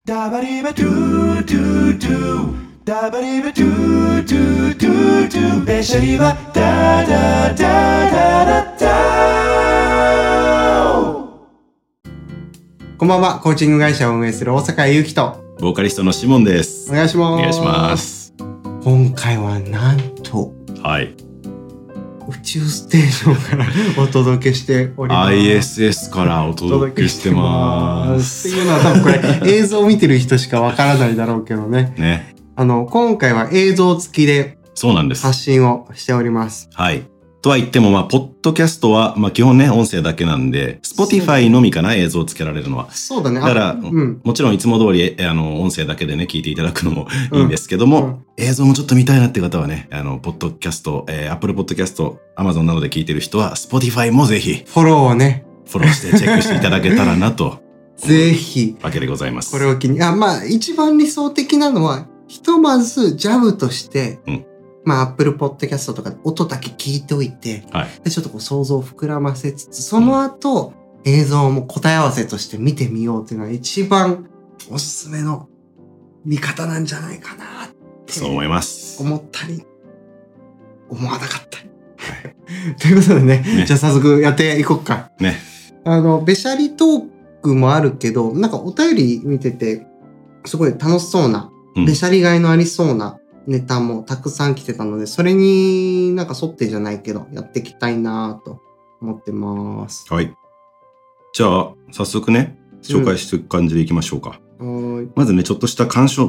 ダバリバドゥドゥドゥダバリバドゥドゥドゥドゥベシャリバダダダダダダ。こんばんは。コーチング会社を運営する大阪祐希とボーカリストのシモンです。 お願いします。 お願いします。 今回はなんと宇宙ステーションからお届けしております。 ISS からお届けしてます。 っていうのは多分これ映像を見てる人しかわからないだろうけどね。 ね。 今回は映像付きで発信をしております。 はい。とは言っても、ポッドキャストは、基本ね、音声だけなんで、Spotify のみかな、映像をつけられるのは。 そうだね。 だから、もちろんいつも通り、音声だけでね、聞いていただくのもいいんですけども、映像もちょっと見たいなって方はね、ポッドキャスト、Apple Podcast、Amazon などで聞いてる人は、Spotify もぜひ、 フォローをね、 フォローしてチェックしていただけたらなと。 ぜひ。 わけでございます。 これを機に、一番理想的なのは、ひとまずジャブとして、Apple Podcast とかで音だけ聞いておいて、でちょっとこう想像を膨らませつつ、その後、映像も答え合わせとして見てみようっていうのが一番おすすめの見方なんじゃないかなって。 そう思います。 思ったり、思わなかったり。ということでね、じゃあ早速やっていこうか。 ね。 べしゃりトークもあるけど、なんかお便り見てて、すごい楽しそうな、べしゃりがいのありそうな、ネタもたくさん来てたので、それになんか沿ってじゃないけど、やっていきたいなと思ってます。 はい。じゃあ、早速ね、紹介していく感じでいきましょうか。まずね、ちょっとした感想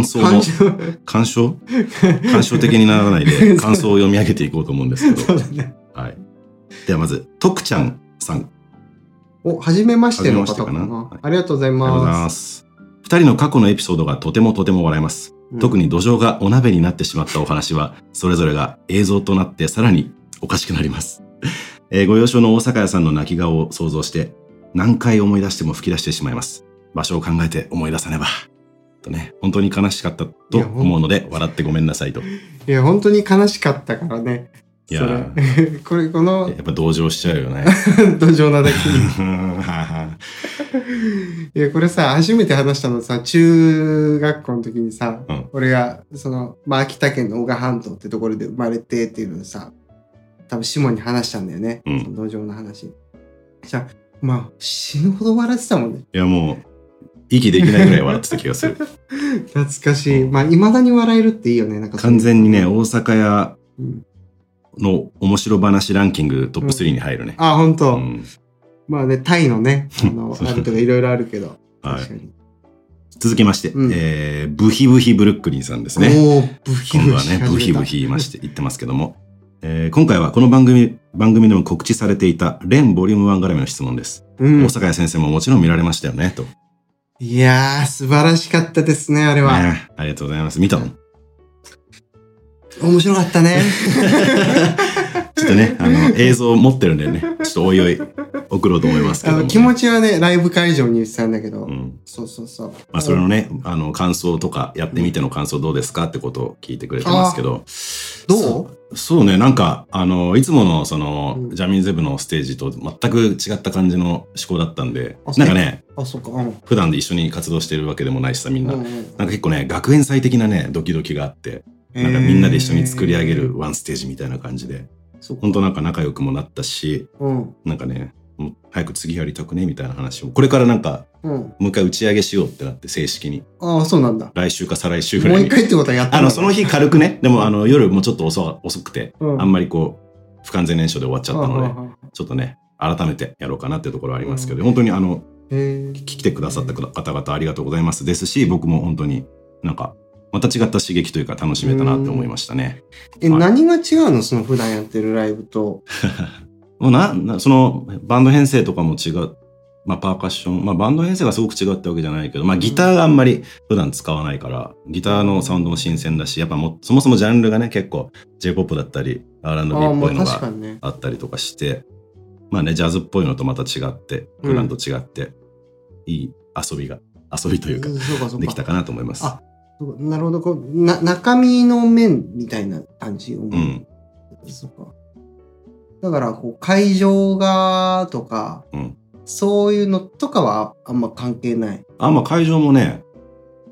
的にならないで、感想を読み上げていこうと思うんですけど。 そうだね。 はい。ではまず、徳ちゃんさん。 はじめましての方かな。ありがとうございます。 ありがとうございます。二人の過去のエピソードがとても笑えます。特に土壌がお鍋になってしまったお話は、それぞれが映像となってさらにおかしくなります。ご幼少の大阪屋さんの泣き顔を想像して、何回思い出しても吹き出してしまいます。場所を考えて思い出さねば。とね、本当に悲しかったと思うので、笑ってごめんなさいと。 いや、本当に悲しかったからね。 いややっぱ同情しちゃうよね。 同情なだけに。いや、これさ、初めて話したのさ、中学校の時にさ、俺が、秋田県の男鹿半島ってところで生まれてっていうのをさ、多分シモンに話したんだよね。その同情の話。じゃあ、死ぬほど笑ってたもんね。 いや、もう、息できないぐらい笑ってた気がする。 懐かしい。未だに笑えるっていいよね。なんか完全にね、大阪屋の面白話ランキングトップ3に入るね。 本当。タイのね、あるとかいろいろあるけど。 確かに。続きまして、ブヒブヒブルックリンさんですね。今度はね、ブヒブヒ言ってますけども。今回はこの番組でも告知されていたレンボリューム1絡みの質問です。大阪屋先生ももちろん見られましたよね、と。 いやー、素晴らしかったですね、あれは。 ありがとうございます。見たの？ 面白かったね。 ちょっとね、映像持ってるんでね、ちょっとおいおい送ろうと思いますけども、 気持ちはね、ライブ会場に言ってたんだけど、そう。 それのね、感想とか、やってみての感想どうですかってことを聞いてくれてますけど。 どう？ そうね、なんか、いつものジャミーズ部のステージと全く違った感じの思考だったんで、なんかね、普段で一緒に活動してるわけでもないしさ、みんな。なんか結構ね、学園祭的なね、ドキドキがあって、なんかみんなで一緒に作り上げるワンステージみたいな感じで、本当なんか仲良くもなったし、なんかね、もう早く次やりたくねみたいな話を、これからなんか、もう一回打ち上げしようってなって正式に。 そうなんだ。 来週か再来週ぐらいに。 もう一回ってことはやったの？ その日軽くね、でも夜もうちょっと遅くて、あんまりこう、不完全燃焼で終わっちゃったので、ちょっとね、改めてやろうかなっていうところはありますけど、本当に来てくださった方々ありがとうございますですし、僕も本当になんか、また違った刺激というか楽しめたなって思いましたね。 何が違うの？その普段やってるライブと。 そのバンド編成とかも違う。パーカッション。バンド編成がすごく違ったわけじゃないけど、ギターがあんまり普段使わないから、ギターのサウンドも新鮮だし、やっぱそもそもジャンルがね、結構 J-POP だったり、R&B っぽいのがあったりとかして、ジャズっぽいのとまた違って、普段と違って、いい遊びというか、できたかなと思います。 なるほど。中身の面みたいな感じ。そうか。だから、会場がとか、そういうのとかはあんま関係ない。 会場もね、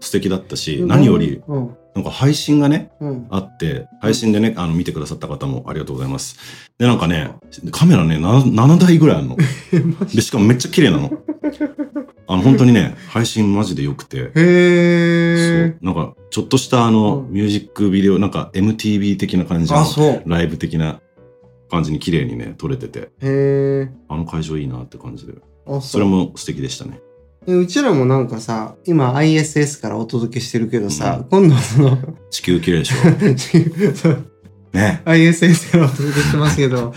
素敵だったし、何より、なんか配信がね、あって、配信でね、見てくださった方もありがとうございます。で、なんかね、カメラね、7台ぐらいあるの。で、しかもめっちゃ綺麗なの。本当にね、配信マジで良くて。そう。なんか、ちょっとしたミュージックビデオ、なんか MTV 的な感じの、ライブ的な感じに綺麗にね、撮れてて。会場いいなって感じで。それも素敵でしたね。 うちらもなんかさ、今 ISS からお届けしてるけどさ、今度その地球綺麗でしょ。ね。 ISS からお届けしてますけど、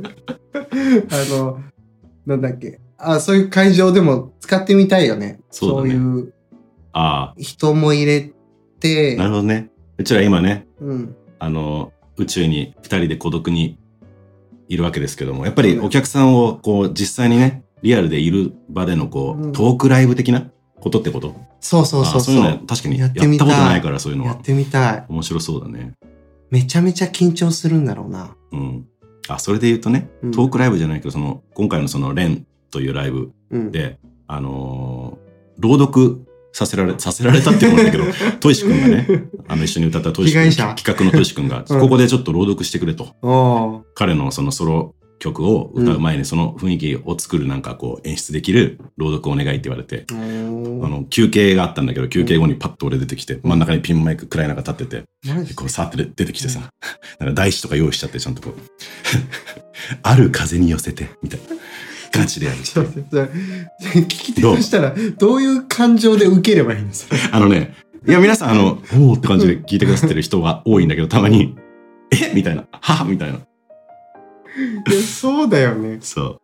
なんだっけ。そういう会場でも使ってみたいよね。そういう。人も入れて。 なるほどね。うちら今ね、宇宙に2人で孤独にいるわけですけども、やっぱりお客さんをこう実際にね、リアルでいる場でのこう、トークライブ的なことってこと？ そう。 そういうのは確かにやったことないから、そういうのは。 やってみたい。 面白そうだね。 めちゃめちゃ緊張するんだろうな。 それで言うとね、トークライブじゃないけど、今回のそのレンというライブで、朗読させられたって思うんだけど、トイシ君がね、一緒に歌ったトイシ君、企画のトイシ君が、ここでちょっと朗読してくれと。彼のそのソロ曲を歌う前にその雰囲気を作るなんかこう演出できる朗読をお願いって言われて、休憩があったんだけど、休憩後にパッと俺出てきて、真ん中にピンマイク暗い中立ってて、こうさーって出てきてさ、なんか台紙とか用意しちゃって、ちゃんとこう、ある風に寄せて、みたいな。ガチでやる。 聞き手としたら、どういう感情で受ければいいんですか？ いや、皆さん、おーって感じで聞いてくださってる人は多いんだけど、たまに、みたいな、はみたいな。 そうだよね。 そう。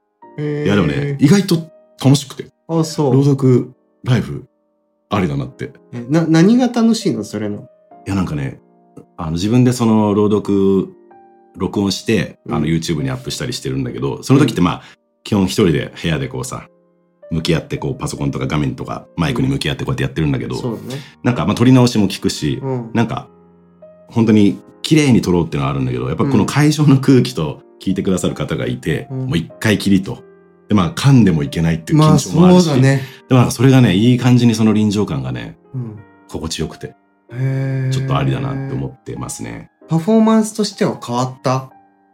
いや、でもね、意外と楽しくて。朗読ライブ、ありだなって。 何が楽しいのそれの。 いや、なんかね、自分でその朗読、録音して、YouTube にアップしたりしてるんだけど、その時ってまあ、基本一人で部屋でこうさ、向き合ってこうパソコンとか画面とかマイクに向き合ってこうやってやってるんだけど、なんかまあ撮り直しも聞くし、なんか本当に綺麗に撮ろうっていうのはあるんだけど、やっぱこの会場の空気と聞いてくださる方がいて、もう一回きりと。でまあ噛んでもいけないっていう緊張もあるし、でもそれがね、いい感じにその臨場感がね、心地よくて、ちょっとありだなって思ってますね。 パフォーマンスとしては変わった？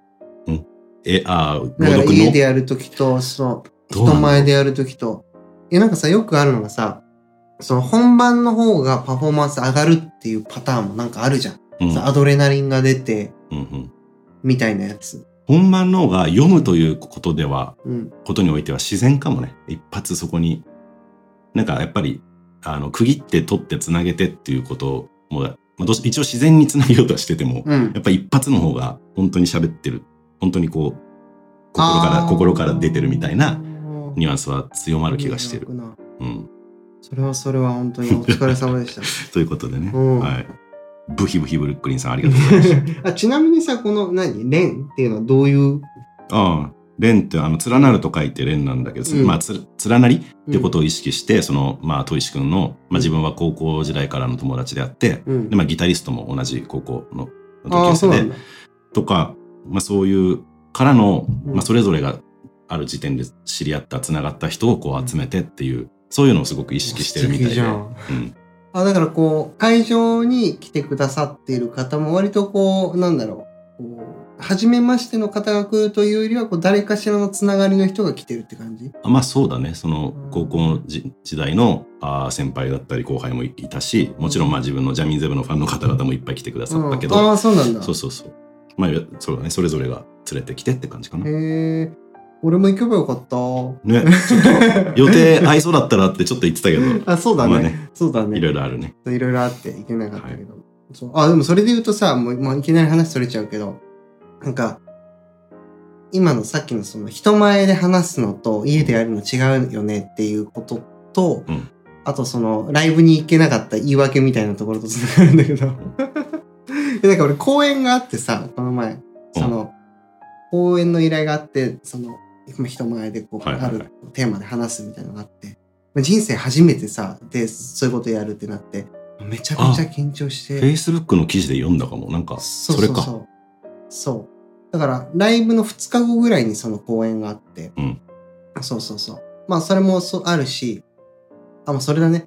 朗読の家でやるときと、人前でやるときと。なんかさ、よくあるのがさ、その本番の方がパフォーマンス上がるっていうパターンもなんかあるじゃん。アドレナリンが出て、みたいなやつ。 本番の方が読むということにおいては自然かもね。一発そこに。なんかやっぱり、区切って取ってつなげてっていうことも、一応自然につなげようとはしてても、やっぱり一発の方が本当に喋ってる。本当にこう、心から出てるみたいなニュアンスは強まる気がしてる。 それは本当にお疲れ様でした。 ということでね。はい。ブヒブヒブルックリンさんありがとうございました。 ちなみにさ、このレンっていうのはどういう？ レンって連なると書いてレンなんだけど、まあ連なりってことを意識して、まあトイシ君の、まあ自分は高校時代からの友達であって、でまあギタリストも同じ高校の同級生で、とか、まあそういうからの、まあそれぞれがある時点で知り合ったつながった人をこう集めてっていう、そういうのをすごく意識してるみたいで。 だからこう会場に来てくださっている方も割とこうなんだろう、初めましての方が来るというよりはこう誰かしらのつながりの人が来てるって感じ？ まあそうだね。その高校の時代の先輩だったり後輩もいたし、もちろんまあ自分のジャミーンゼブのファンの方々もいっぱい来てくださったけど、 そうなんだ。 そう。まあそうだね。それぞれが連れてきてって感じかな。 俺も行けばよかった。 ね、ちょっと予定合いそうだったらってちょっと言ってたけど。 そうだね。そうだね。 いろいろあるね。 いろいろあって行けなかったけど。でもそれで言うとさ、もういきなり話それちゃうけど、なんか、今のさっきのその人前で話すのと家でやるの違うよねっていうことと、あとそのライブに行けなかった言い訳みたいなところとつながるんだけど。なんか俺公演があってさ、この前、公演の依頼があって、人前でこう、あるテーマで話すみたいなのがあって、人生初めてさ、で、そういうことやるってなって、めちゃくちゃ緊張して。 Facebook の記事で読んだかも。なんか、それか。 そう。だから、ライブの2日後ぐらいにその公演があって、そう。まあ、それもあるし、それだね。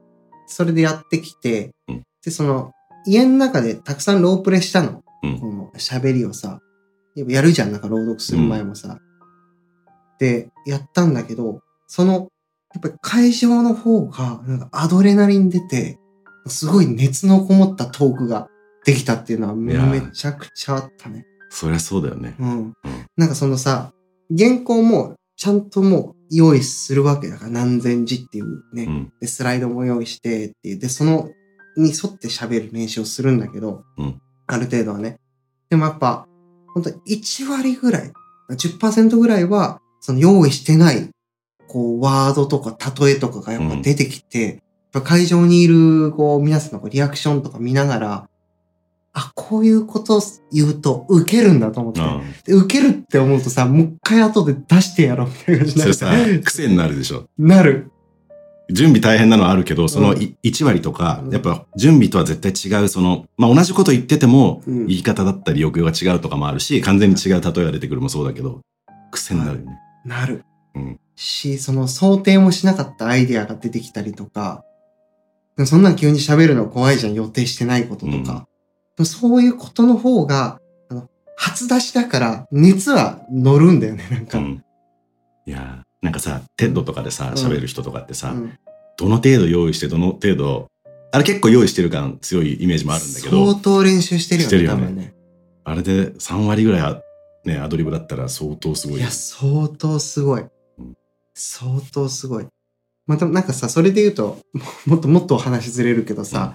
それでやってきて、で、家の中でたくさんロープレしたの。この喋りをさ、やるじゃん、なんか朗読する前もさ。で、やったんだけど、やっぱり会場の方が、なんかアドレナリン出て、すごい熱のこもったトークができたっていうのはめちゃくちゃあったね。 そりゃそうだよね。 なんか原稿もちゃんともう用意するわけだから、何千字っていうね。で、スライドも用意してっていう。で、に沿って喋る練習をするんだけど、ある程度はね。でもやっぱ、ほんと1割ぐらい、10% ぐらいは、用意してない、ワードとか例えとかがやっぱ出てきて、会場にいる、皆さんのリアクションとか見ながら、こういうことを言うと、受けるんだと思って。で、受けるって思うとさ、もう一回後で出してやろうみたいな感じになる。 それさ、癖になるでしょ。 なる。 準備大変なのはあるけど、その1割とか、やっぱ準備とは絶対違う、同じこと言ってても、言い方だったり抑揚が違うとかもあるし、完全に違う例えが出てくるもそうだけど、癖になるよね。 なる。想定もしなかったアイデアが出てきたりとか、そんなん急に喋るの怖いじゃん、予定してないこととか。そういうことの方が、初出しだから熱は乗るんだよね、なんか。 いやなんかさ、テッドとかでさ、喋る人とかってさ、どの程度用意して、どの程度、あれ結構用意してる感強いイメージもあるんだけど。 相当練習してるよね、多分ね。 あれで3割ぐらいね、アドリブだったら相当すごい。 いや、相当すごい。相当すごい。またなんかさ、それで言うと、もっとお話ずれるけどさ、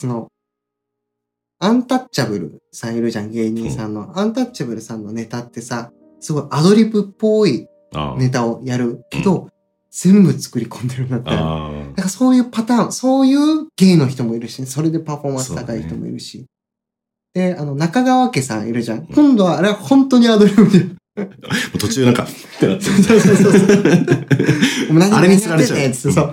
アンタッチャブルさんいるじゃん、芸人さんの。アンタッチャブルさんのネタってさ、すごいアドリブっぽいネタをやるけど、全部作り込んでるんだったら。なんかそういうパターン、そういう芸の人もいるし、ね、それでパフォーマンス高い人もいるし。で、中川家さんいるじゃん。今度はあれは本当にアドリブで。 途中なんか、ってなってる。 あれに釣られちゃう。そう。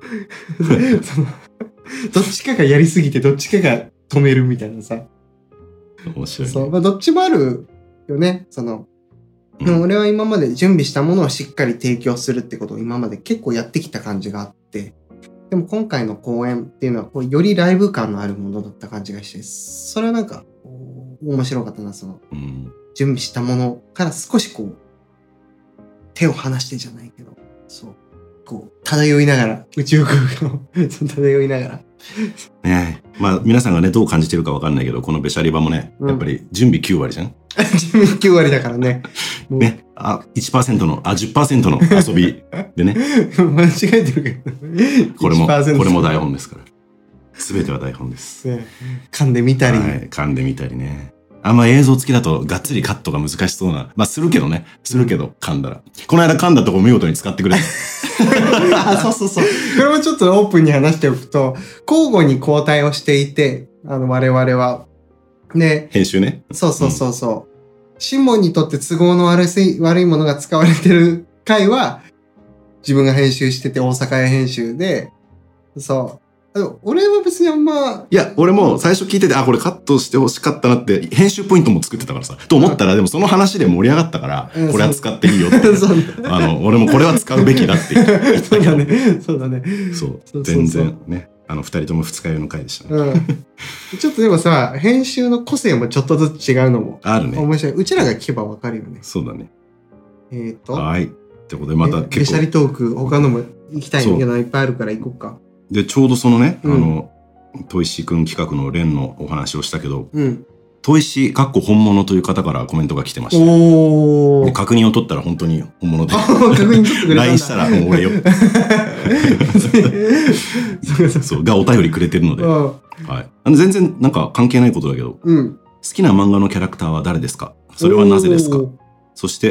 どっちかがやりすぎて、どっちかが止めるみたいなさ。 面白い、ね。 そう。どっちもあるよね。でも俺は今まで準備したものをしっかり提供するってことを今まで結構やってきた感じがあって。でも今回の公演っていうのは、よりライブ感のあるものだった感じがして、それはなんか、面白かったな、準備したものから少し手を離してじゃないけど、漂いながら、宇宙空間を漂いながら。 ねえ。まあ皆さんがね、どう感じてるかわかんないけど、このべしゃり場もね、やっぱり準備9割じゃん。 準備9割だからね。 ね。1% の、10% の遊びでね。 間違えてるけど。 これも台本ですから。すべては台本です。 噛んでみたり。 噛んでみたりね。あんま映像付きだとがっつりカットが難しそうな。まあするけど、噛んだら。この間噛んだとこ見事に使ってくれた。 そう。これもちょっとオープンに話しておくと、交互に交代をしていて、我々は。で、 編集ね。 そう。シモンにとって都合の悪いものが使われてる回は、自分が編集してて大阪屋編集で、そう。俺は別にあんま。 いや、俺も最初聞いてて、これカットしてほしかったなって、編集ポイントも作ってたからさ。と思ったら、でもその話で盛り上がったから、これは使っていいよって。俺もこれは使うべきだって言ったけど。 そうだね。 そう。全然ね。二人とも二日酔いの回でしたね。 ちょっとでもさ、編集の個性もちょっとずつ違うのも。 あるね。 面白い。うちらが聞けばわかるよね。 そうだね。 はい。 ってことでまた結構。 ベシャリトーク、他のも行きたいんだけど、いっぱいあるから行こうか。 で、ちょうどそのね、砥石くん企画の連のお話をしたけど、砥石本物という方からコメントが来てました。で確認を取ったら本当に本物で。 確認取ってくれたんだ。 LINE したらもう俺よ。そうがお便りくれてるので、はい。全然なんか関係ないことだけど、好きな漫画のキャラクターは誰ですか？それはなぜですか？そして、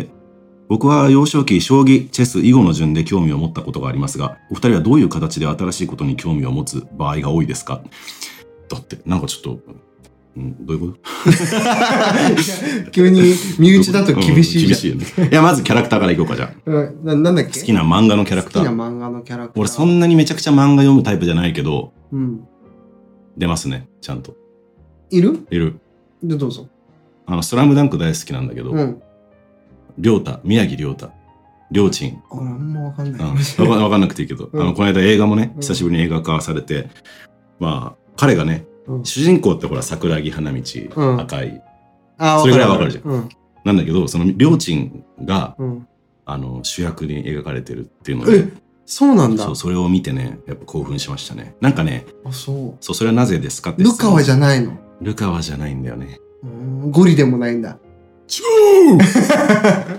僕は幼少期、将棋、チェス、囲碁の順で興味を持ったことがありますが、お二人はどういう形で新しいことに興味を持つ場合が多いですか？だって、なんかちょっと、どういうこと急に身内だと厳しい。 厳しいよね。いや、まずキャラクターからいこうか、じゃあ。 なんだっけ？ 好きな漫画のキャラクター。 好きな漫画のキャラクター。 俺そんなにめちゃくちゃ漫画読むタイプじゃないけど、出ますね、ちゃんと。 いる？ いる。 で、どうぞ。 スラムダンク大好きなんだけど、宮城亮太。 りょーちん。 あんまわかんない。 わかんなくていいけど、この間映画もね、久しぶりに映画化されて、まあ、彼がね、主人公ってほら、桜木花道、赤い。それぐらいわかるじゃん。なんだけど、そのりょーちんが、主役に描かれてるっていうので、 そうなんだ。 それを見てね、やっぱ興奮しましたね。なんかね、 そう、 それはなぜですかって。 ルカワじゃないの？ ルカワじゃないんだよね。 ゴリでもないんだ。 チュー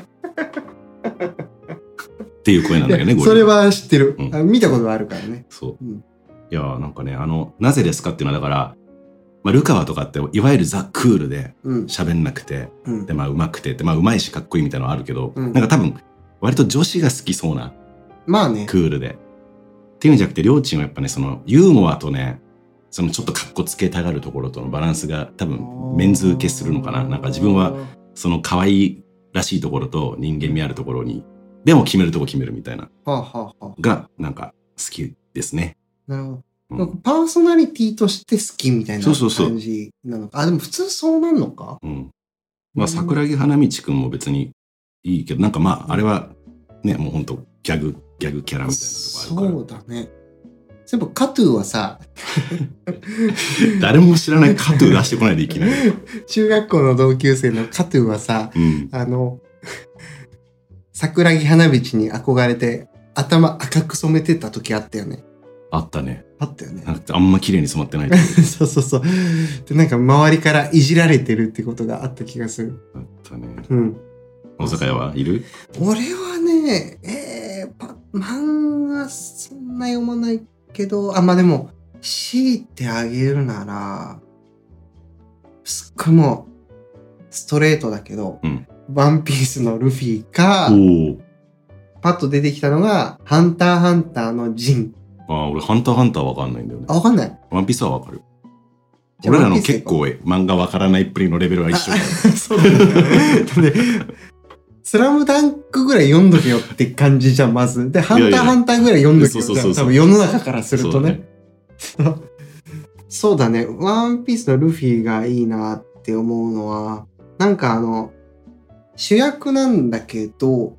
っていう声なんだけどね、ゴリ。 それは知ってる。見たことがあるからね。 そう。いや、なんかね、なぜですかっていうのは、だから、まあ、ルカワとかって、いわゆるザ・クールで喋んなくて、で、まあ、上手くて、で、まあ、上手いしかっこいいみたいなのはあるけど、なんか多分、割と女子が好きそうな、 まあね。 クールで。っていうんじゃなくて、りょーちんはやっぱね、その、ユーモアとね、そのちょっとカッコつけたがるところとのバランスが多分、メンズ受けするのかな。なんか自分は、その可愛いらしいところと人間味あるところに、でも決めるとこ決めるみたいな。が、なんか好きですね。 なるほど。パーソナリティとして好きみたいな感じなのか。でも普通そうなんのか。 まあ、桜木花道くんも別にいいけど、なんかまあ、あれはね、もうほんとギャグキャラみたいなとこあるから。 そうだね。全部カトゥーはさ、 誰も知らないカトゥー出してこないでいきなり。 中学校の同級生のカトゥーはさ、桜木花道に憧れて頭赤く染めてた時あったよね。 あったね。 あったよね。 あんま綺麗に染まってない。 そうそうそう。で、なんか周りからいじられてるってことがあった気がする。 あったね。大阪屋はいる？ 俺はね、漫画そんな読まないけど、まあでも、強いてあげるなら、すっごいもう、ストレートだけど、ワンピースのルフィか、パッと出てきたのが、ハンターハンターのジン。 俺、ハンターハンターわかんないんだよね。 わかんない？ ワンピースはわかる。俺らの結構漫画わからないっぷりのレベルは一緒だ。 そうだね。スラムダンクぐらい読んどけよって感じじゃん、まず。で、ハンターハンターぐらい読んどけよじゃん。多分世の中からするとね。そうだね。ワンピースのルフィがいいなって思うのは、なんか主役なんだけど、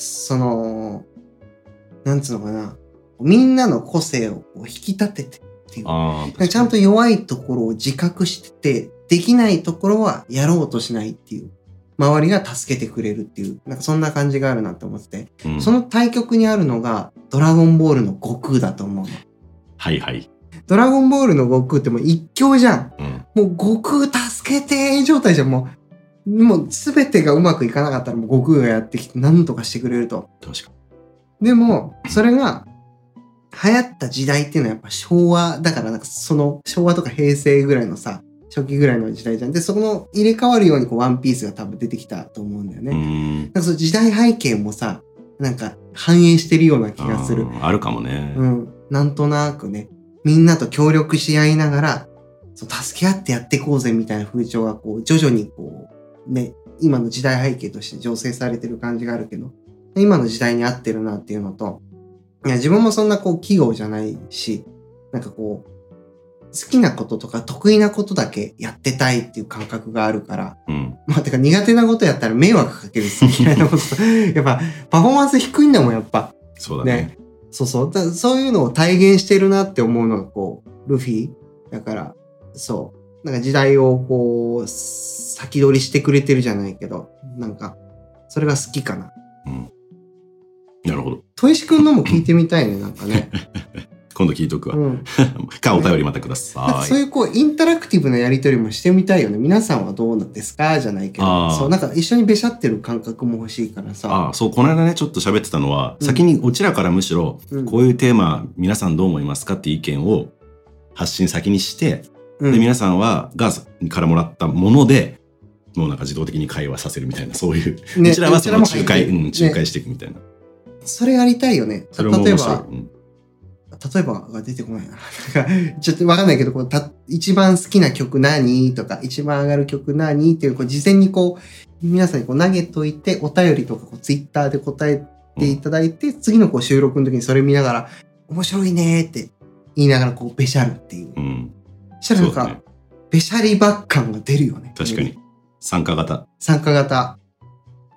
なんつうのかな。みんなの個性を引き立ててっていう。ちゃんと弱いところを自覚してて、できないところはやろうとしないっていう。周りが助けてくれるっていう、なんかそんな感じがあるなって思ってて、その対極にあるのが、ドラゴンボールの悟空だと思うの。 はいはい。 ドラゴンボールの悟空ってもう一強じゃん。もう悟空助けてー状態じゃん。もう全てがうまくいかなかったらもう悟空がやってきて何とかしてくれると。 確かに。でも、それが流行った時代っていうのはやっぱ昭和だから、なんかその昭和とか平成ぐらいのさ、初期ぐらいの時代じゃん。で、そこの入れ替わるようにワンピースが多分出てきたと思うんだよね。なんかその時代背景もさ、なんか反映してるような気がする。 あるかもね。 なんとなくね、みんなと協力し合いながら、助け合ってやっていこうぜみたいな風潮が徐々にね、今の時代背景として醸成されてる感じがあるけど、今の時代に合ってるなっていうのと、いや、自分もそんな器用じゃないし、なんか好きなこととか得意なことだけやってたいっていう感覚があるから、まあ、てか苦手なことやったら迷惑かける嫌いなことやっぱパフォーマンス低いんだもん、やっぱ。 そうだね。 そういうのを体現してるなって思うのがルフィだから、なんか時代を先取りしてくれてるじゃないけど、なんかそれが好きかな。 なるほど。 砥石くんのも聞いてみたいね、なんかね。 今度聞いとくわ。か、お便りまたください。 そういうインタラクティブなやりとりもしてみたいよね。皆さんはどうなんですかじゃないけど。なんか一緒にべしゃってる感覚も欲しいからさ。 そう、この間ね、ちょっと喋ってたのは、先にうちらからむしろ、こういうテーマ、皆さんどう思いますかっていう意見を発信先にして、で、皆さんからもらったもので、もうなんか自動的に会話させるみたいな、そういう。うちらはその仲介していくみたいな。 それやりたいよね。 それも面白い。 例えばが出てこないな。ちょっとわかんないけど、一番好きな曲何とか、一番上がる曲何っていう、事前に皆さんに投げといて、お便りとかツイッターで答えていただいて、次の収録の時にそれ見ながら、面白いねって言いながらべしゃるっていう。したらなんか、べしゃりばっ感が出るよね。 確かに。参加型。 ね。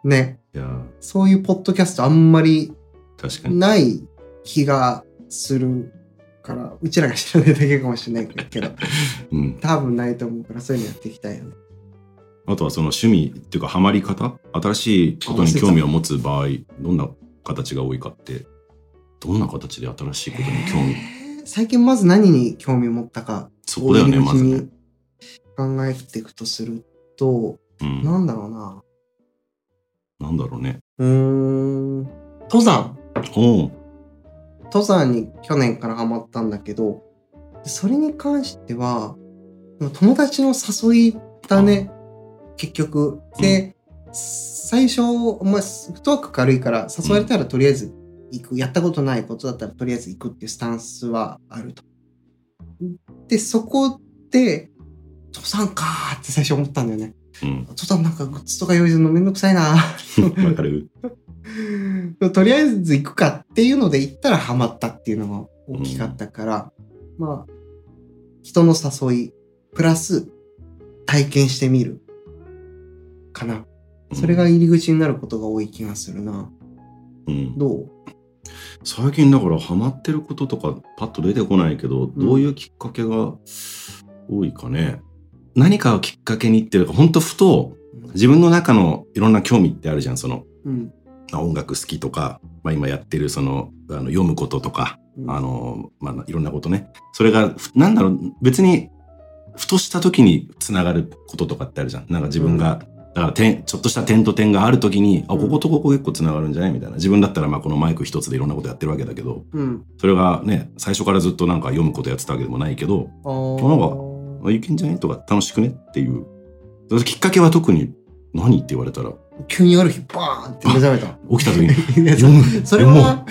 いやそういうポッドキャストあんまり確かにない気がするから、うちらが知らないだけかもしれないけど、うん、多分ないと思うから、そういうのやっていきたいよね。 あとはその趣味っていうかハマり方、新しいことに興味を持つ場合、どんな形が多いかって、どんな形で新しいことに興味、 最近まず何に興味を持ったか、 そこだよね、まずね。 考えていくとすると、なんだろうな。 なんだろうね。 登山。登山に去年からハマったんだけど、それに関しては、友達の誘いだね、結局。で、最初、フットワーク軽いから、誘われたらとりあえず行く。やったことないことだったらとりあえず行くっていうスタンスはあると。で、そこで、登山かーって最初思ったんだよね。登山なんかグッズとか用意するのめんどくさいなわかる。 とりあえず行くかっていうので行ったらハマったっていうのが大きかったから、まあ、人の誘い、プラス体験してみるかな。それが入り口になることが多い気がするな。どう？ 最近だからハマってることとかパッと出てこないけど、どういうきっかけが多いかね。何かをきっかけにっていうか、ほんとふと自分の中のいろんな興味ってあるじゃん。その、音楽好きとか、今やってるその読むこととか、いろんなことね。それがなんだろう、別にふとした時につながることとかってあるじゃん。なんか自分が、だからちょっとした点と点がある時に、こことここ結構つながるんじゃないみたいな。自分だったらこのマイク一つでいろんなことやってるわけだけど、それがね、最初からずっとなんか読むことやってたわけでもないけど、なんかいけんじゃねとか楽しくねっていう。きっかけは特に何って言われたら、 急にある日バーンって目覚めた。 起きた時に読む。 それは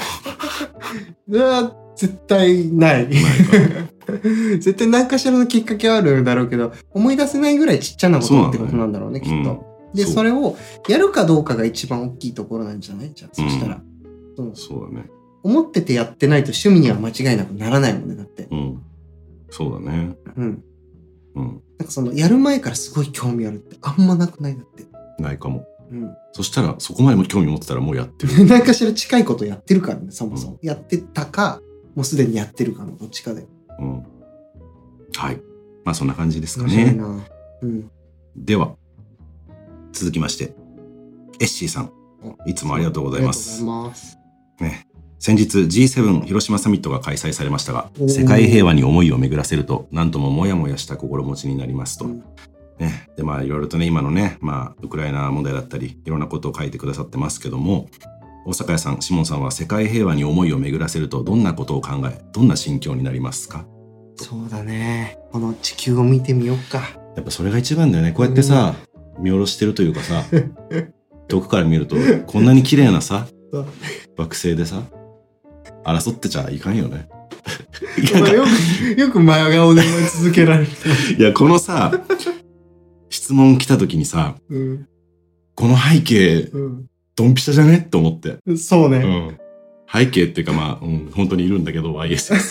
絶対ない。絶対何かしらのきっかけはあるんだろうけど、思い出せないぐらいちっちゃなことってことなんだろうね、きっと。で、それをやるかどうかが一番大きいところなんじゃない？じゃあ、そしたら。 そうだね。 思っててやってないと趣味には間違いなくならないもんね、だって。 そうだね。 なんかその、やる前からすごい興味あるってあんまなくない？だって。 ないかも。そしたら、そこまでも興味持ってたらもうやってる。 何かしら近いことやってるからね、そもそも。やってたか、もうすでにやってるかのどっちかで。 はい。そんな感じですかね。では、続きまして、エッシーさん。いつもありがとうございます。ね、先日 G7 広島サミットが開催されましたが、世界平和に思いを巡らせると、なんともモヤモヤした心持ちになりますと。ね、でいろいろとね、今のね、ウクライナ問題だったり、いろんなことを書いてくださってますけども、大阪屋さん、シモンさんは世界平和に思いを巡らせるとどんなことを考え、どんな心境になりますか？ そうだね。この地球を見てみようか。 やっぱそれが一番だよね。こうやってさ、見下ろしてるというかさ、遠くから見るとこんなに綺麗なさ、惑星でさ、争ってちゃいかんよね。 よく前顔で続けられる。 いや、このさ、質問来た時にさ、この背景、ドンピシャじゃねって思って。 そうね。 背景っていうか本当にいるんだけど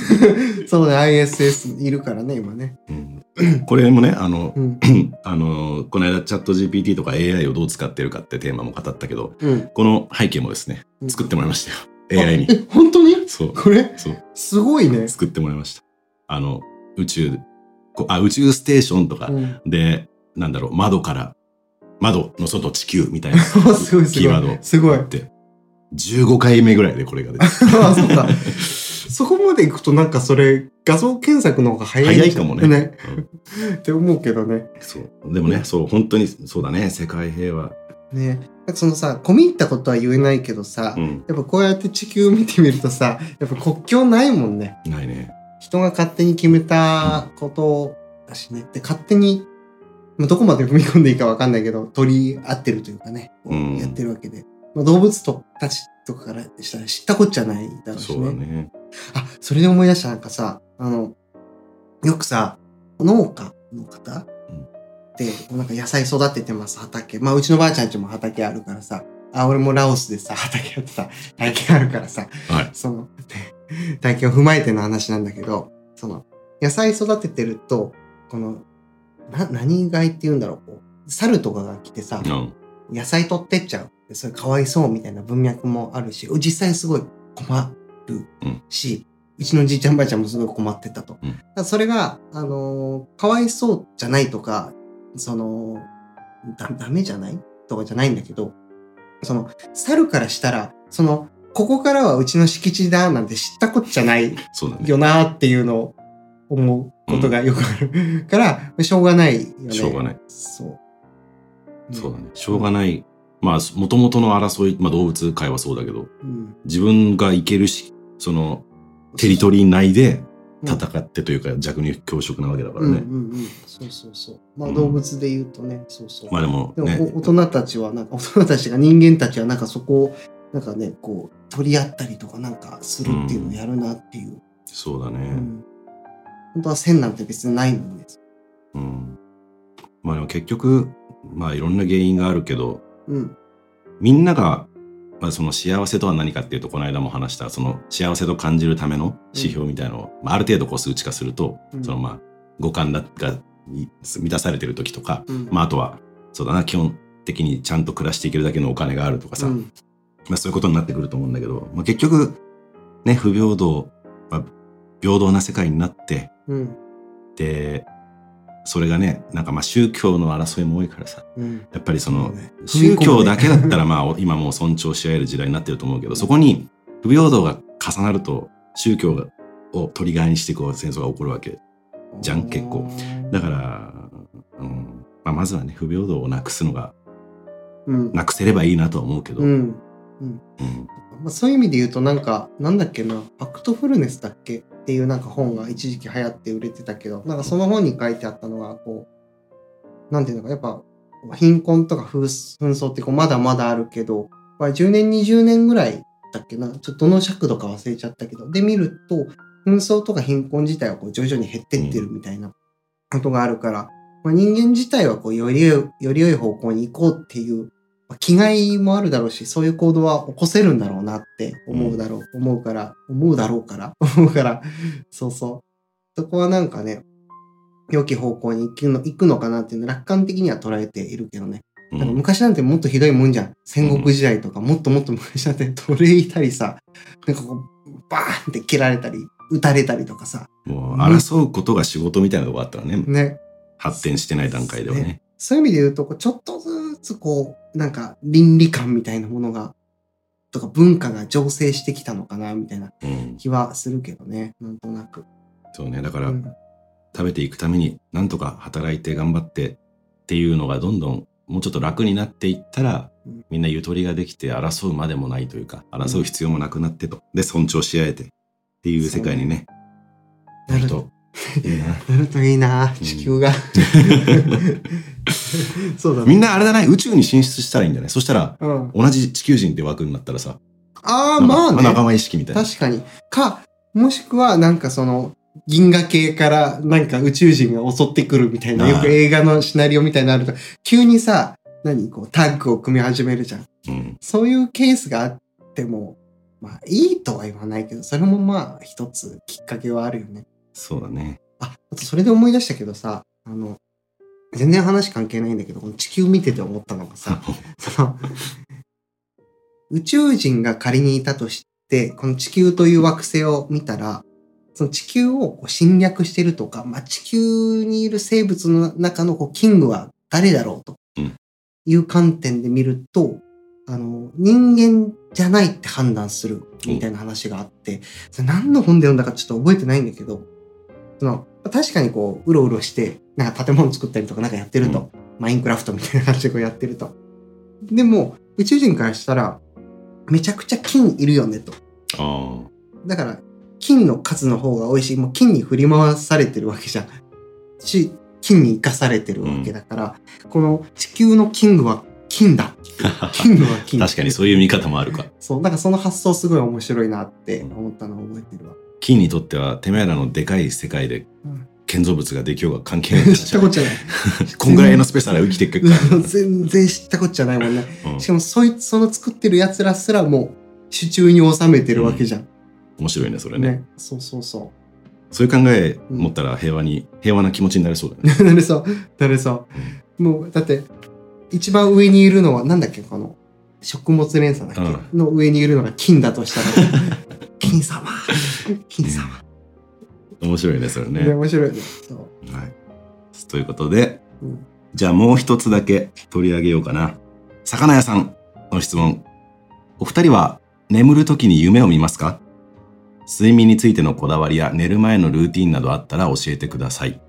ISS そうね、 ISS いるからね今ね、 これもねこの間チャット GPT とか AI をどう使ってるかってテーマも語ったけど、この背景もですね作ってもらいましたよ、AI に。 本当に？ そう、 これすごいね。 作ってもらいました。宇宙ステーションとかで、なんだろう、窓の外地球みたいなキーワードすごいって15回目ぐらいでこれが出てあ、そうか。そこまでいくとなんかそれ画像検索の方が早いかもね。 って思うけどね。 そう。でもね、そう、本当にそうだね、世界平和。 ね、なんかそのさ、込み入ったことは言えないけどさ、やっぱこうやって地球見てみるとさ、やっぱ国境ないもんね。 ないね。 人が勝手に決めたことだしね。で、勝手に、どこまで踏み込んでいいかわかんないけど、取り合ってるというかね、やってるわけで。動物たちとかからしたら知ったこっちゃないだろうしね。 そうだね。 あ、それで思い出した。なんかさ、よくさ、農家の方で、なんか野菜育ててます、畑。うちのばあちゃんちも畑あるからさ、俺もラオスでさ、畑やってた体験あるからさ、その、体験を踏まえての話なんだけど、その、野菜育ててると、この、何害って言うんだろう、猿とかが来てさ、 野菜取ってっちゃう。それかわいそうみたいな文脈もあるし、実際すごい困るし、うちのじいちゃんばあちゃんもすごい困ってたと。だからそれが、かわいそうじゃないとか、ダメじゃないとかじゃないんだけど、猿からしたら、ここからはうちの敷地だなんて知ったこっちゃないよなっていうのを思うことがよくあるから、しょうがないよね。 しょうがない。 そう。 そうだね。しょうがない。まあ、もともとの争い、動物界はそうだけど、自分が行けるし、テリトリー内で戦ってというか、弱肉強食なわけだからね。 そう。動物で言うとね、そう。 でもね。 大人たちが人間たちはそこを、取り合ったりとかするっていうのをやるなっていう。 そうだね。 本当は線なんて別にないもんです。 でも結局、いろんな原因があるけど、みんなが、その幸せとは何かっていうと、この間も話した、その幸せと感じるための指標みたいなのを、ある程度数値化すると、五感が満たされてる時とか、あとは、そうだな、基本的にちゃんと暮らしていけるだけのお金があるとかさ、そういうことになってくると思うんだけど、結局、ね、不平等、平等な世界になって、で、それがね、宗教の争いも多いからさ、やっぱり宗教だけだったら今もう尊重し合える時代になってると思うけど、そこに不平等が重なると宗教を取り替えにして戦争が起こるわけじゃん、結構。だから、まずはね、不平等をなくすのが、なくせればいいなとは思うけど。 そういう意味で言うとなんだっけな、ファクトフルネスだっけっていう本が一時期流行って売れてたけど、その本に書いてあったのがなんていうのか、やっぱ貧困とか紛争ってまだまだあるけど、10年20年ぐらいだっけな、ちょっとどの尺度か忘れちゃったけど、で見ると紛争とか貧困自体は徐々に減ってってるみたいなことがあるから、人間自体はより良い方向に行こうっていう気概もあるだろうし、そういう行動は起こせるんだろうなって思うだろうから、そう。そこはね、良き方向に行くのかなっていうのを楽観的には捉えているけどね。昔なんてもっとひどいもんじゃん。戦国時代とか、もっともっと昔なんて奴隷いたりさ、バーンって切られたり、撃たれたりとかさ。 もう争うことが仕事みたいなとこあったらね。発展してない段階ではね。 そういう意味で言うと、ちょっとずつ倫理観みたいなものが、とか文化が醸成してきたのかな、みたいな気はするけどね、なんとなく。 そうね、だから、食べていくために、なんとか働いて頑張ってっていうのがどんどんもうちょっと楽になっていったら、みんなゆとりができて争うまでもないというか、争う必要もなくなってと。で、尊重し合えてっていう世界にね、 なると。なるといいな、地球が。そうだね。 みんなあれだね、宇宙に進出したらいいんだね。そしたら、同じ地球人って枠になったらさ、 ね。 仲間意識みたいな。 確かに。もしくは銀河系から宇宙人が襲ってくるみたいな、よく映画のシナリオみたいになると、急にさ、タッグを組み始めるじゃん。そういうケースがあっても、いいとは言わないけど、それも一つきっかけはあるよね。 そうだね。 あとそれで思い出したけどさ、全然話関係ないんだけど、この地球見てて思ったのがさ、宇宙人が仮にいたとして、この地球という惑星を見たら、その地球を侵略してるとか、地球にいる生物の中のキングは誰だろうという観点で見ると、人間じゃないって判断するみたいな話があって、それ何の本で読んだかちょっと覚えてないんだけど、確かにうろうろして、建物作ったりとかやってると、マインクラフトみたいな感じでやってると。でも、宇宙人からしたら、めちゃくちゃ金いるよねと。だから、金の数の方が多いし、もう金に振り回されてるわけじゃん。金に生かされてるわけだから、この地球のキングは金だ。キングは金。 確かにそういう見方もあるか。 そう、その発想すごい面白いなって思ったのを覚えてるわ。 金にとってはてめえらのでかい世界で建造物ができようが関係ない。 知ったこっちゃない。 こんぐらいのスペースなら生きていくから。 全然知ったこっちゃないもんね。しかもその作ってる奴らすらも手中に収めてるわけじゃん。 面白いね、それね。 そう。 そういう考え持ったら平和な気持ちになれそうだね。 なれそう。もう、だって、 一番上にいるのは、なんだっけ、食物連鎖だっけ、の上にいるのが金だとしたら、金様。 面白いね、それね。 面白いね。 はい。ということで、じゃあもう一つだけ取り上げようかな。魚屋さんの質問。お二人は眠るときに夢を見ますか？睡眠についてのこだわりや寝る前のルーティンなどあったら教えてください。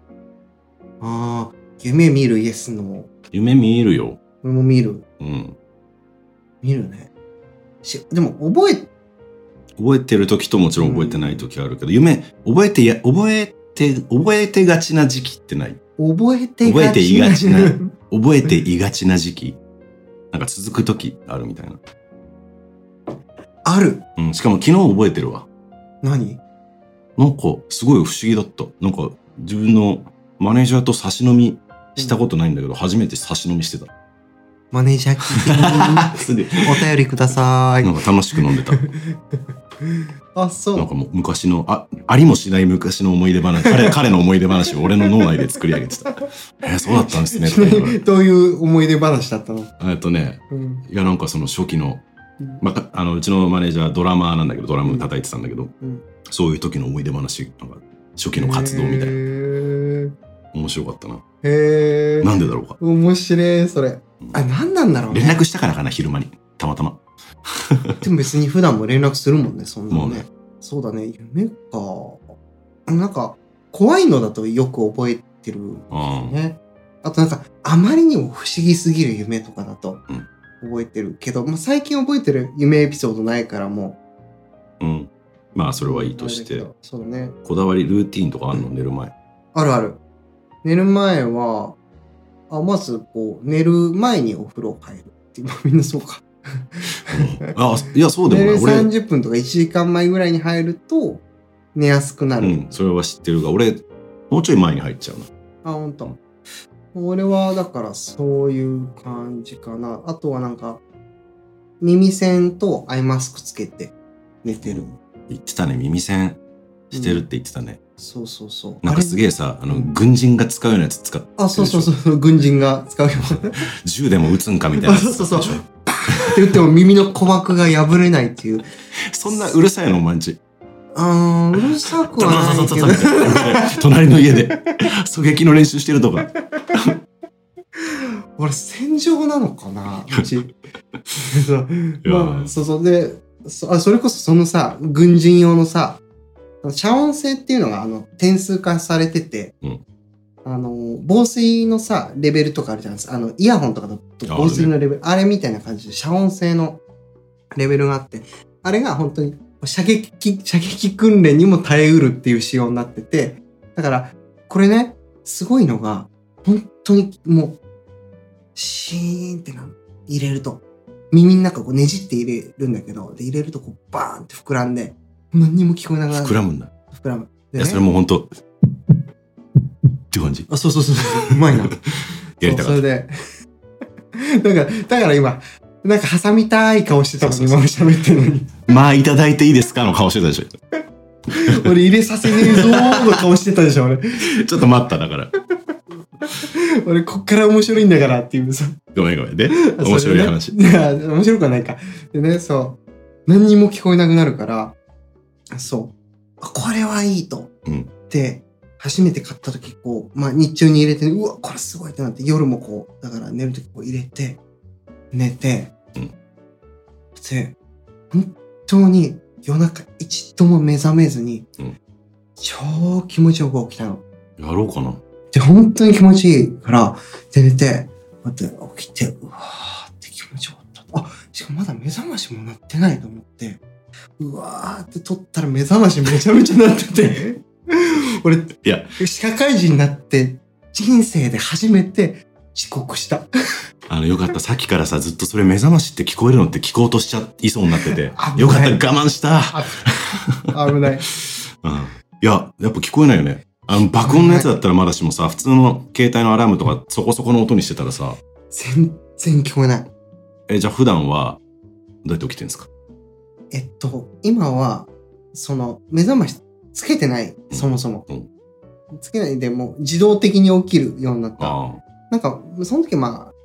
夢見る、イエスの。 夢見るよ。 俺も見る。見るね。でも覚えてる時ともちろん覚えてない時あるけど、夢覚えてがちな時期ってない？覚えていがちな時期、なんか続く時あるみたいな。 ある。 しかも昨日覚えてるわ。 何？ なんかすごい不思議だった。なんか自分のマネージャーと差し飲みしたことないんだけど、初めて差し飲みしてた。 マネージャー聞いてお便りください。 なんか楽しく飲んでた。 そう。 なんかもう昔のありもしない昔の思い出話、彼の思い出話を俺の脳内で作り上げてた。そうだったんですね。 どういう思い出話だったの？ いやなんかその初期の、うちのマネージャードラマーなんだけど、ドラム叩いてたんだけど、そういう時の思い出話、なんか初期の活動みたいな。面白かったな。なんでだろうか。 面白いそれ。何なんだろうね。 連絡したからかな、昼間にたまたま。 でも別に普段も連絡するもんね、そんなのね。そうだね、夢か。なんか怖いのだとよく覚えてるね。あとなんかあまりにも不思議すぎる夢とかだと覚えてるけど、最近覚えてる夢エピソードないからもう。それはいいとして。 そうだね。 こだわりルーティーンとかあるの？寝る前。 ある。寝る前はまず寝る前にお風呂入るっていう、みんなそうか。 いやそうでもない。 寝る30分とか1時間前ぐらいに入ると寝やすくなる。 それは知ってるが、俺もうちょい前に入っちゃうな。 本当。俺はだからそういう感じかな。あとはなんか耳栓とアイマスクつけて寝てる。 言ってたね、耳栓してるって言ってたね。 そう。 なんかすげえさ、軍人が使うようなやつ使って。 そう、軍人が使うような。 銃でも撃つんかみたいな。 そう。って言っても耳の鼓膜が破れないっていう。 そんなうるさいのお前んち？ うるさくはないけど。 隣の家で狙撃の練習してるとか。 俺戦場なのかな、うち。そうで、それこそそのさ、軍人用のさ、遮音性っていうのが点数化されてて、防水のさレベルとかあるじゃないですか。イヤホンとかだと防水のレベル、あれみたいな感じで遮音性のレベルがあって、あれが本当に射撃訓練にも耐えうるっていう仕様になってて、だからこれね、すごいのが本当にもうシーンって入れると耳の中ねじって入れるんだけど、で入れるとバーンって膨らんで何にも聞こえなくなる。 膨らむんだ。 膨らむ。 いや、それも本当って感じ。 そう。うまいな。 やりたかった。 それでだから今なんか挟みたい顔してたのに、今も喋ってるのに。 いただいていいですかの顔してたでしょ。 俺入れさせねえぞーの顔してたでしょ、俺。 ちょっと待った、だから。 俺こっから面白いんだからっていうさ。 ごめん。で、面白い話。 面白くはないか。でね、何にも聞こえなくなるから、これはいいと。で、初めて買った時日中に入れて、うわ、これすごいってなって、夜もだから寝る時入れて、寝て、で、本当に夜中一度も目覚めずに、超気持ちよく起きたの。 やろうかな。 で、本当に気持ちいいから、で寝て、こうやって起きて、うわーって気持ちよかった。しかもまだ目覚ましも鳴ってないと思って、うわーって撮ったら目覚ましめちゃめちゃ鳴ってて、俺、社会人になって人生で初めて遅刻した。 よかった。さっきからさ、ずっとそれ目覚ましって聞こえるのって聞こうとしちゃいそうになってて。よかった、我慢した。 危ない。 いや、やっぱ聞こえないよね。爆音のやつだったらまだしもさ、普通の携帯のアラームとかそこそこの音にしてたらさ。 全然聞こえない。 じゃあ普段はどうやって起きてるんですか？ 今は、目覚ましつけてない、そもそも。つけないでもう自動的に起きるようになった。なんか、その時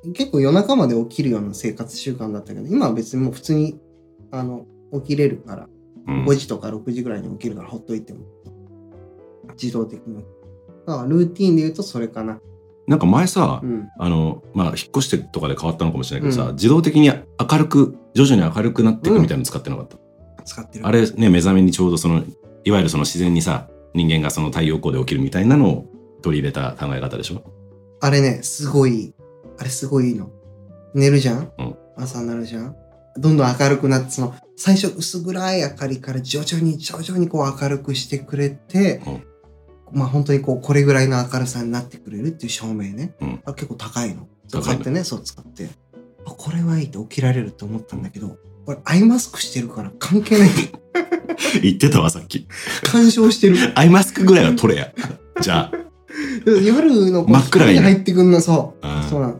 結構夜中まで起きるような生活習慣だったけど、今は別にもう普通に、起きれるから、5時とか6時ぐらいに起きるからほっといても、自動的に。だからルーティーンで言うとそれかな。 なんか前さ、まあ、引っ越してとかで変わったのかもしれないけどさ、自動的に明るく、徐々に明るくなっていくみたいなの使ってなかった？ 使ってる。 あれね、目覚めにちょうどいわゆる自然にさ、人間が太陽光で起きるみたいなのを取り入れた考え方でしょ？あれね、すごい、あれすごいいいの。寝るじゃん、朝になるじゃん、どんどん明るくなって、最初薄暗い明かりから徐々にこう明るくしてくれて、まあ本当にこれぐらいの明るさになってくれるっていう照明ね。結構高いの。使ってね、使って。これはいいって起きられると思ったんだけど、これアイマスクしてるから関係ない。 言ってたわ、さっき。 干渉してる。 アイマスクぐらいは取れや。じゃあ。 夜の真っ暗に入ってくんの、そうなの。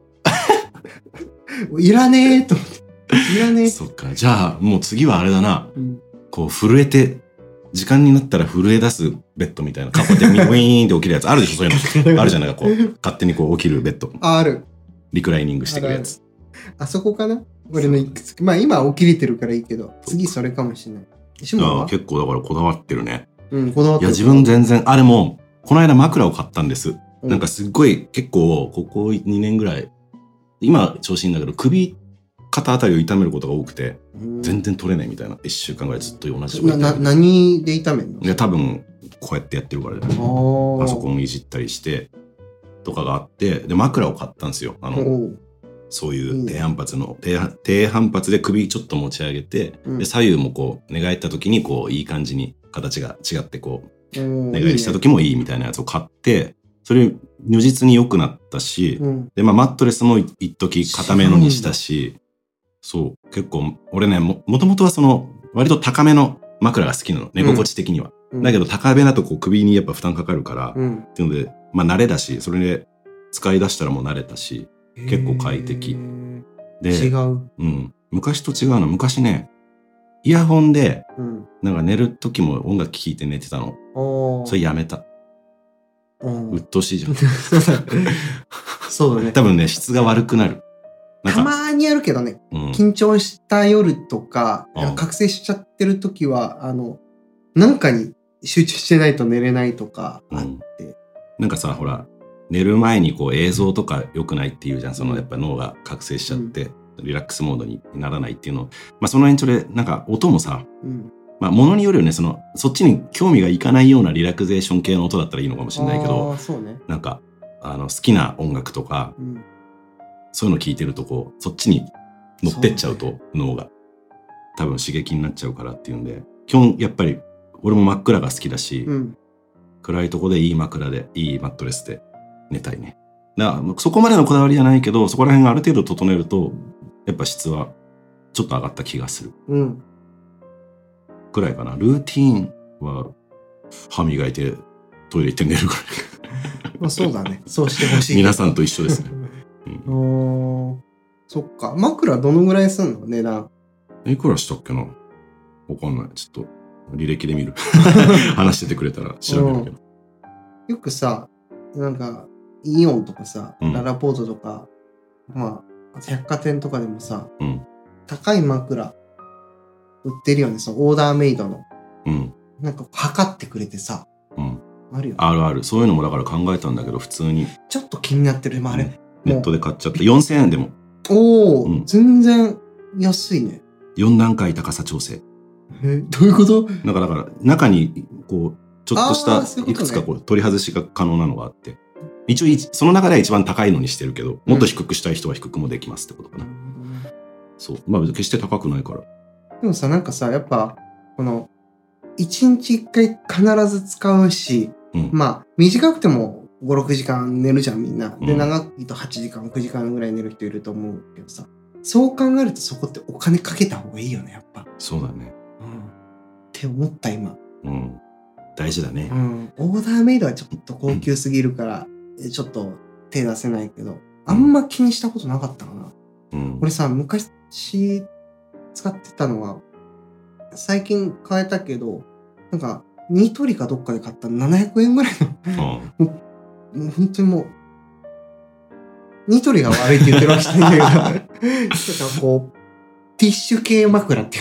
いらねえと思って。いらねえ。 そっか。じゃあ、もう次はあれだな。こう、震えて、時間になったら震え出すベッドみたいな。カポってウィーンって起きるやつ。あるでしょ、そういうの。あるじゃないか、こう。勝手にこう起きるベッド。 ある。 リクライニングしてくるやつ。 あそこかな俺のいくつか。まあ今起きれてるからいいけど、次それかもしれない。 結構だからこだわってるね。 こだわってる。 いや、自分全然、あれも、この間枕を買ったんです。なんかすっごい結構、ここ2年ぐらい、今調子いいんだけど、首、肩あたりを痛めることが多くて、全然取れないみたいな。1週間ぐらいずっと同じこと何で痛めるの？ いや、多分、こうやってやってるからで、パソコンいじったりして、とかがあって、で、枕を買ったんですよ。そういう低反発で首ちょっと持ち上げて、で左右もこう寝返った時にこういい感じに形が違ってこう寝返りした時もいいみたいなやつを買って、それ如実に良くなったし、でまあマットレスも一時固めのにしたし、そう結構俺ねもともとは割と高めの枕が好きなの、寝心地的には。だけど高めだとこう首にやっぱ負担かかるから、っていうのでまあ慣れだし、それで使い出したらもう慣れたし。結構快適で、 違う。 昔と違うの。昔ね、イヤホンで、なんか寝る時も音楽聴いて寝てたの。それやめた。うっとうしいじゃん。 そうだね。 多分ね、質が悪くなる。 たまにやるけどね、緊張した夜とか、覚醒しちゃってる時は、なんかに集中してないと寝れないとかあって。 なんかさ、ほら、寝る前にこう映像とか良くないっていうじゃん。やっぱ脳が覚醒しちゃって、リラックスモードにならないっていうの。まあその延長で、なんか音もさ、まあものによるよね、そっちに興味がいかないようなリラクゼーション系の音だったらいいのかもしれないけど、なんか、好きな音楽とか、そういうの聞いてるとこう、そっちに乗ってっちゃうと脳が多分刺激になっちゃうからっていうんで、基本やっぱり俺も真っ暗が好きだし、暗いとこでいい枕で、いいマットレスで、寝たいね。だからそこまでのこだわりじゃないけど、そこら辺がある程度整えると、やっぱ質はちょっと上がった気がする。くらいかな。ルーティーンは歯磨いてトイレ行って寝るぐらい。 まあそうだね。そうしてほしい。 皆さんと一緒ですね。 そっか。枕どのぐらいすんの？値段。 いくらしたっけな？わかんない。ちょっと履歴で見る。話しててくれたら調べるけど。 よくさ、なんか、イオンとかさ、ララポートとか、まあ、百貨店とかでもさ、高い枕売ってるよね、オーダーメイドの。なんか、測ってくれてさ、あるよね。 あるある。そういうのもだから考えたんだけど、普通に。 ちょっと気になってる。あれ。 ネットで買っちゃった。4000円でも。 全然安いね。 4段階高さ調整。 どういうこと？ だから中に、こう、ちょっとしたいくつかこう取り外しが可能なのがあって、一応その中では一番高いのにしてるけど、もっと低くしたい人は低くもできますってことかな。そう。まあ決して高くないから。 でもさ、なんかさ、やっぱ、この、1日1回必ず使うし、まあ、短くても5、6時間寝るじゃん、みんな。で、長いと8時間、9時間ぐらい寝る人いると思うけどさ、そう考えるとそこってお金かけた方がいいよね、やっぱ。 そうだね。 って思った今。 大事だね。 オーダーメイドはちょっと高級すぎるから、ちょっと手出せないけど、あんま気にしたことなかったかな。俺さ、昔使ってたのは、最近変えたけど、なんか、ニトリかどっかで買った700円ぐらいの、もう本当にもう、 ニトリが悪いって言ってるわけじゃないんだけど、なんかこう、ティッシュ系枕っていう。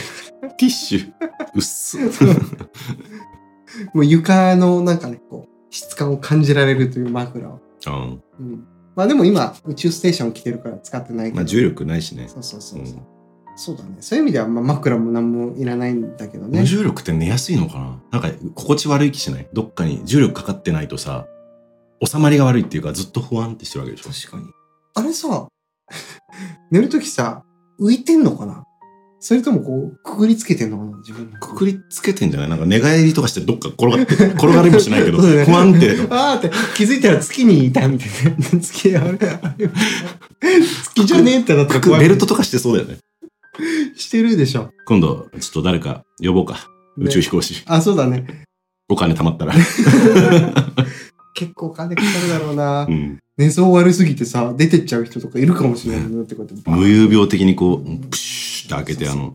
ティッシュうっす。 もう床のなんかね、こう、質感を感じられるという枕を。うん。まあでも今、宇宙ステーション来てるから使ってないけど。 まあ重力ないしね。 そう。そうだね。そういう意味では、まあ、枕も何もいらないんだけどね。 無重力って寝やすいのかな。なんか心地悪い気しない？どっかに重力かかってないとさ、収まりが悪いっていうかずっと不安ってしてるわけでしょ。 確かに。あれさ、寝るときさ、浮いてんのかな？それともこう、くくりつけてんのかな？自分の。 くくりつけてんじゃない？なんか寝返りとかしてどっか転がりもしないけど、不安って。 あーって気づいたら月にいたみたいな。月じゃねえってなったら怖い。 ベルトとかしてそうだよね。 してるでしょ。 今度、ちょっと誰か呼ぼうか。宇宙飛行士。 あ、そうだね。 お金貯まったら。 結構金かかるだろうな。寝相悪すぎてさ、出てっちゃう人とかいるかもしれないなってこと。 無遊病的にこう、プシュッて開けて、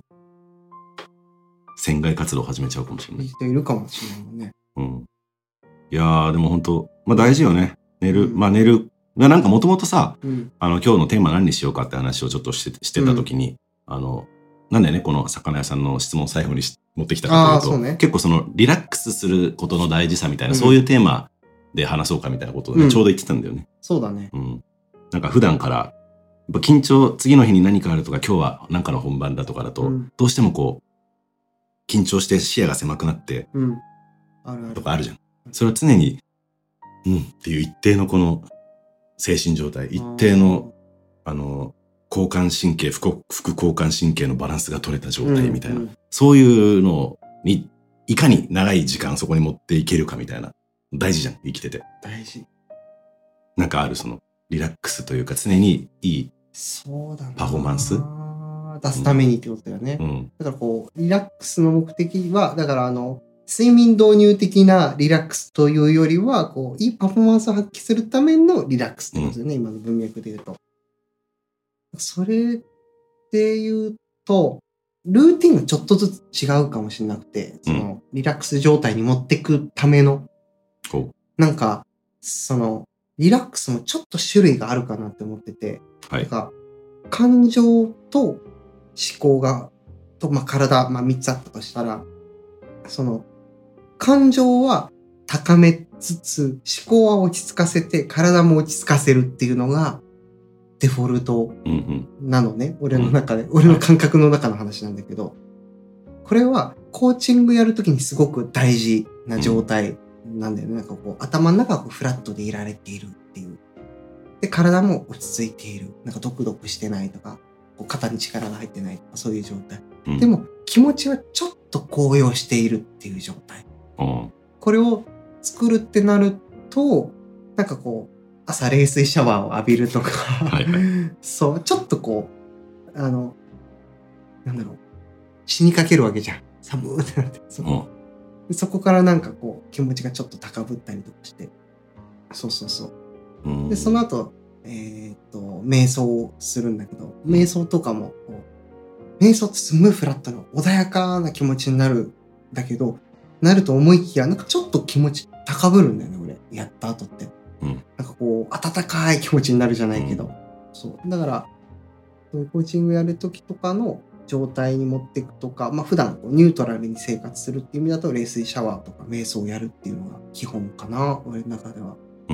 船外活動始めちゃうかもしれない。 人いるかもしれないもんね。 いやー、でも本当まあ大事よね。寝る。まあ寝る。なんかもともとさ、今日のテーマ何にしようかって話をちょっとしてた時に、なんでね、この魚屋さんの質問を最後に持ってきたかというと、ね、結構そのリラックスすることの大事さみたいな、そういうテーマで話そうかみたいなことをね、ちょうど言ってたんだよね。 そうだね。 なんか普段から、やっぱ緊張、次の日に何かあるとか、今日は何かの本番だとかだと、どうしてもこう、緊張して視野が狭くなって、とかあるじゃん。それを常に、っていう一定のこの精神状態、一定の、交感神経、副交感神経のバランスが取れた状態みたいな、そういうのに、いかに長い時間そこに持っていけるかみたいな、大事じゃん、生きてて。 大事。 なんかあるその、リラックスというか常にいいパフォーマンス出すためにってことだよね。だからこう、リラックスの目的は、だから睡眠導入的なリラックスというよりは、こう、いいパフォーマンスを発揮するためのリラックスってことだよね、今の文脈で言うと。それで言うと、ルーティンがちょっとずつ違うかもしれなくて、その、リラックス状態に持っていくための、なんか、その、リラックスもちょっと種類があるかなって思ってて、なんか、感情と思考が、まあ、体、まあ、3つあったとしたら、その、感情は高めつつ、思考は落ち着かせて、体も落ち着かせるっていうのが、デフォルトなのね。俺の中で、俺の感覚の中の話なんだけど、これはコーチングやるときにすごく大事な状態なんだよね。なんかこう、頭の中がフラットでいられているっていう。で、体も落ち着いている。なんかドクドクしてないとか、こう肩に力が入ってないとか、そういう状態。でも、気持ちはちょっと高揚しているっていう状態。これを作るってなると、なんかこう、朝冷水シャワーを浴びるとか、そう、ちょっとこう、なんだろう、死にかけるわけじゃん。寒ーってなって。そこからなんかこう、気持ちがちょっと高ぶったりとかして。そう。で、その後、瞑想をするんだけど、瞑想とかも、瞑想ってすごいフラットな、穏やかな気持ちになるんだけど、なると思いきや、なんかちょっと気持ち高ぶるんだよね、俺。やった後って。なんかこう、温かい気持ちになるじゃないけど。そう。だから、そういうコーチングやるときとかの状態に持っていくとか、まあ普段こうニュートラルに生活するっていう意味だと、冷水シャワーとか瞑想をやるっていうのが基本かな、俺の中では。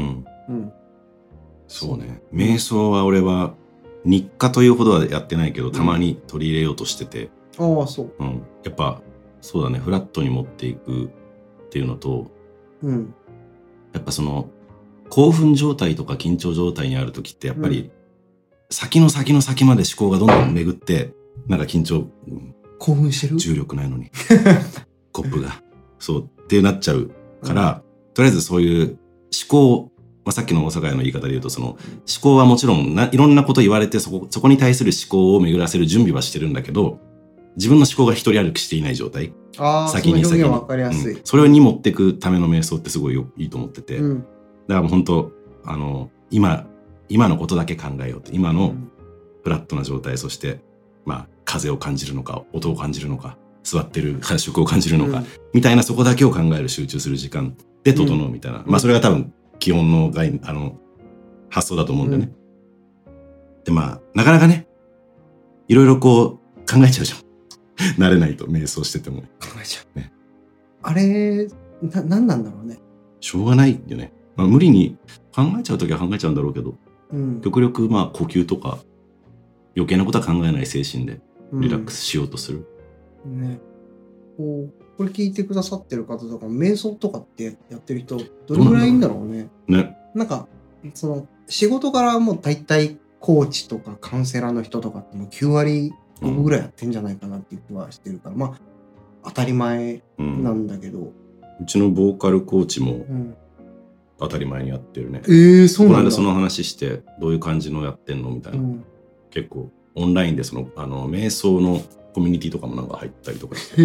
そうね。瞑想は俺は日課というほどはやってないけど、たまに取り入れようとしてて。 ああ、そう。 やっぱ、そうだね。フラットに持っていくっていうのと、やっぱその、興奮状態とか緊張状態にあるときってやっぱり、先の先の先まで思考がどんどん巡って、なんか緊張、 興奮してる？ 重力ないのに。コップが。そうってなっちゃうから、とりあえずそういう思考、まあ、さっきの大阪屋の言い方で言うと、その思考はもちろんいろんなこと言われてそこに対する思考を巡らせる準備はしてるんだけど、自分の思考が一人歩きしていない状態。 先に分かりやすい。 それに持っていくための瞑想ってすごいいいと思ってて。だからもう本当、今のことだけ考えようって、今のフラットな状態、そして、まあ、風を感じるのか、音を感じるのか、座ってる感触を感じるのか、みたいなそこだけを考える、集中する時間で整うみたいな。まあ、それが多分、基本の発想だと思うんだよね。 でなかなかね、いろいろこう考えちゃうじゃん。慣れないと瞑想してても。 考えちゃう。ね。あれ、なんなんだろうね。 しょうがないよね。無理に考えちゃうときは考えちゃうんだろうけど、極力呼吸とか余計なことは考えない精神でリラックスしようとする。 ね。これ聞いてくださってる方とか、瞑想とかってやってる人、どれぐらいいいんだろうね。 ね。 なんか、仕事からもう大体コーチとかカウンセラーの人とかってもう9割5分ぐらいやってんじゃないかなっていう気はしてるから、当たり前なんだけど。 うちのボーカルコーチも当たり前にやってるね。 そうなんだ。 この間その話して、どういう感じのやってんのみたいな。結構オンラインで瞑想のコミュニティとかもなんか入ったりとかして。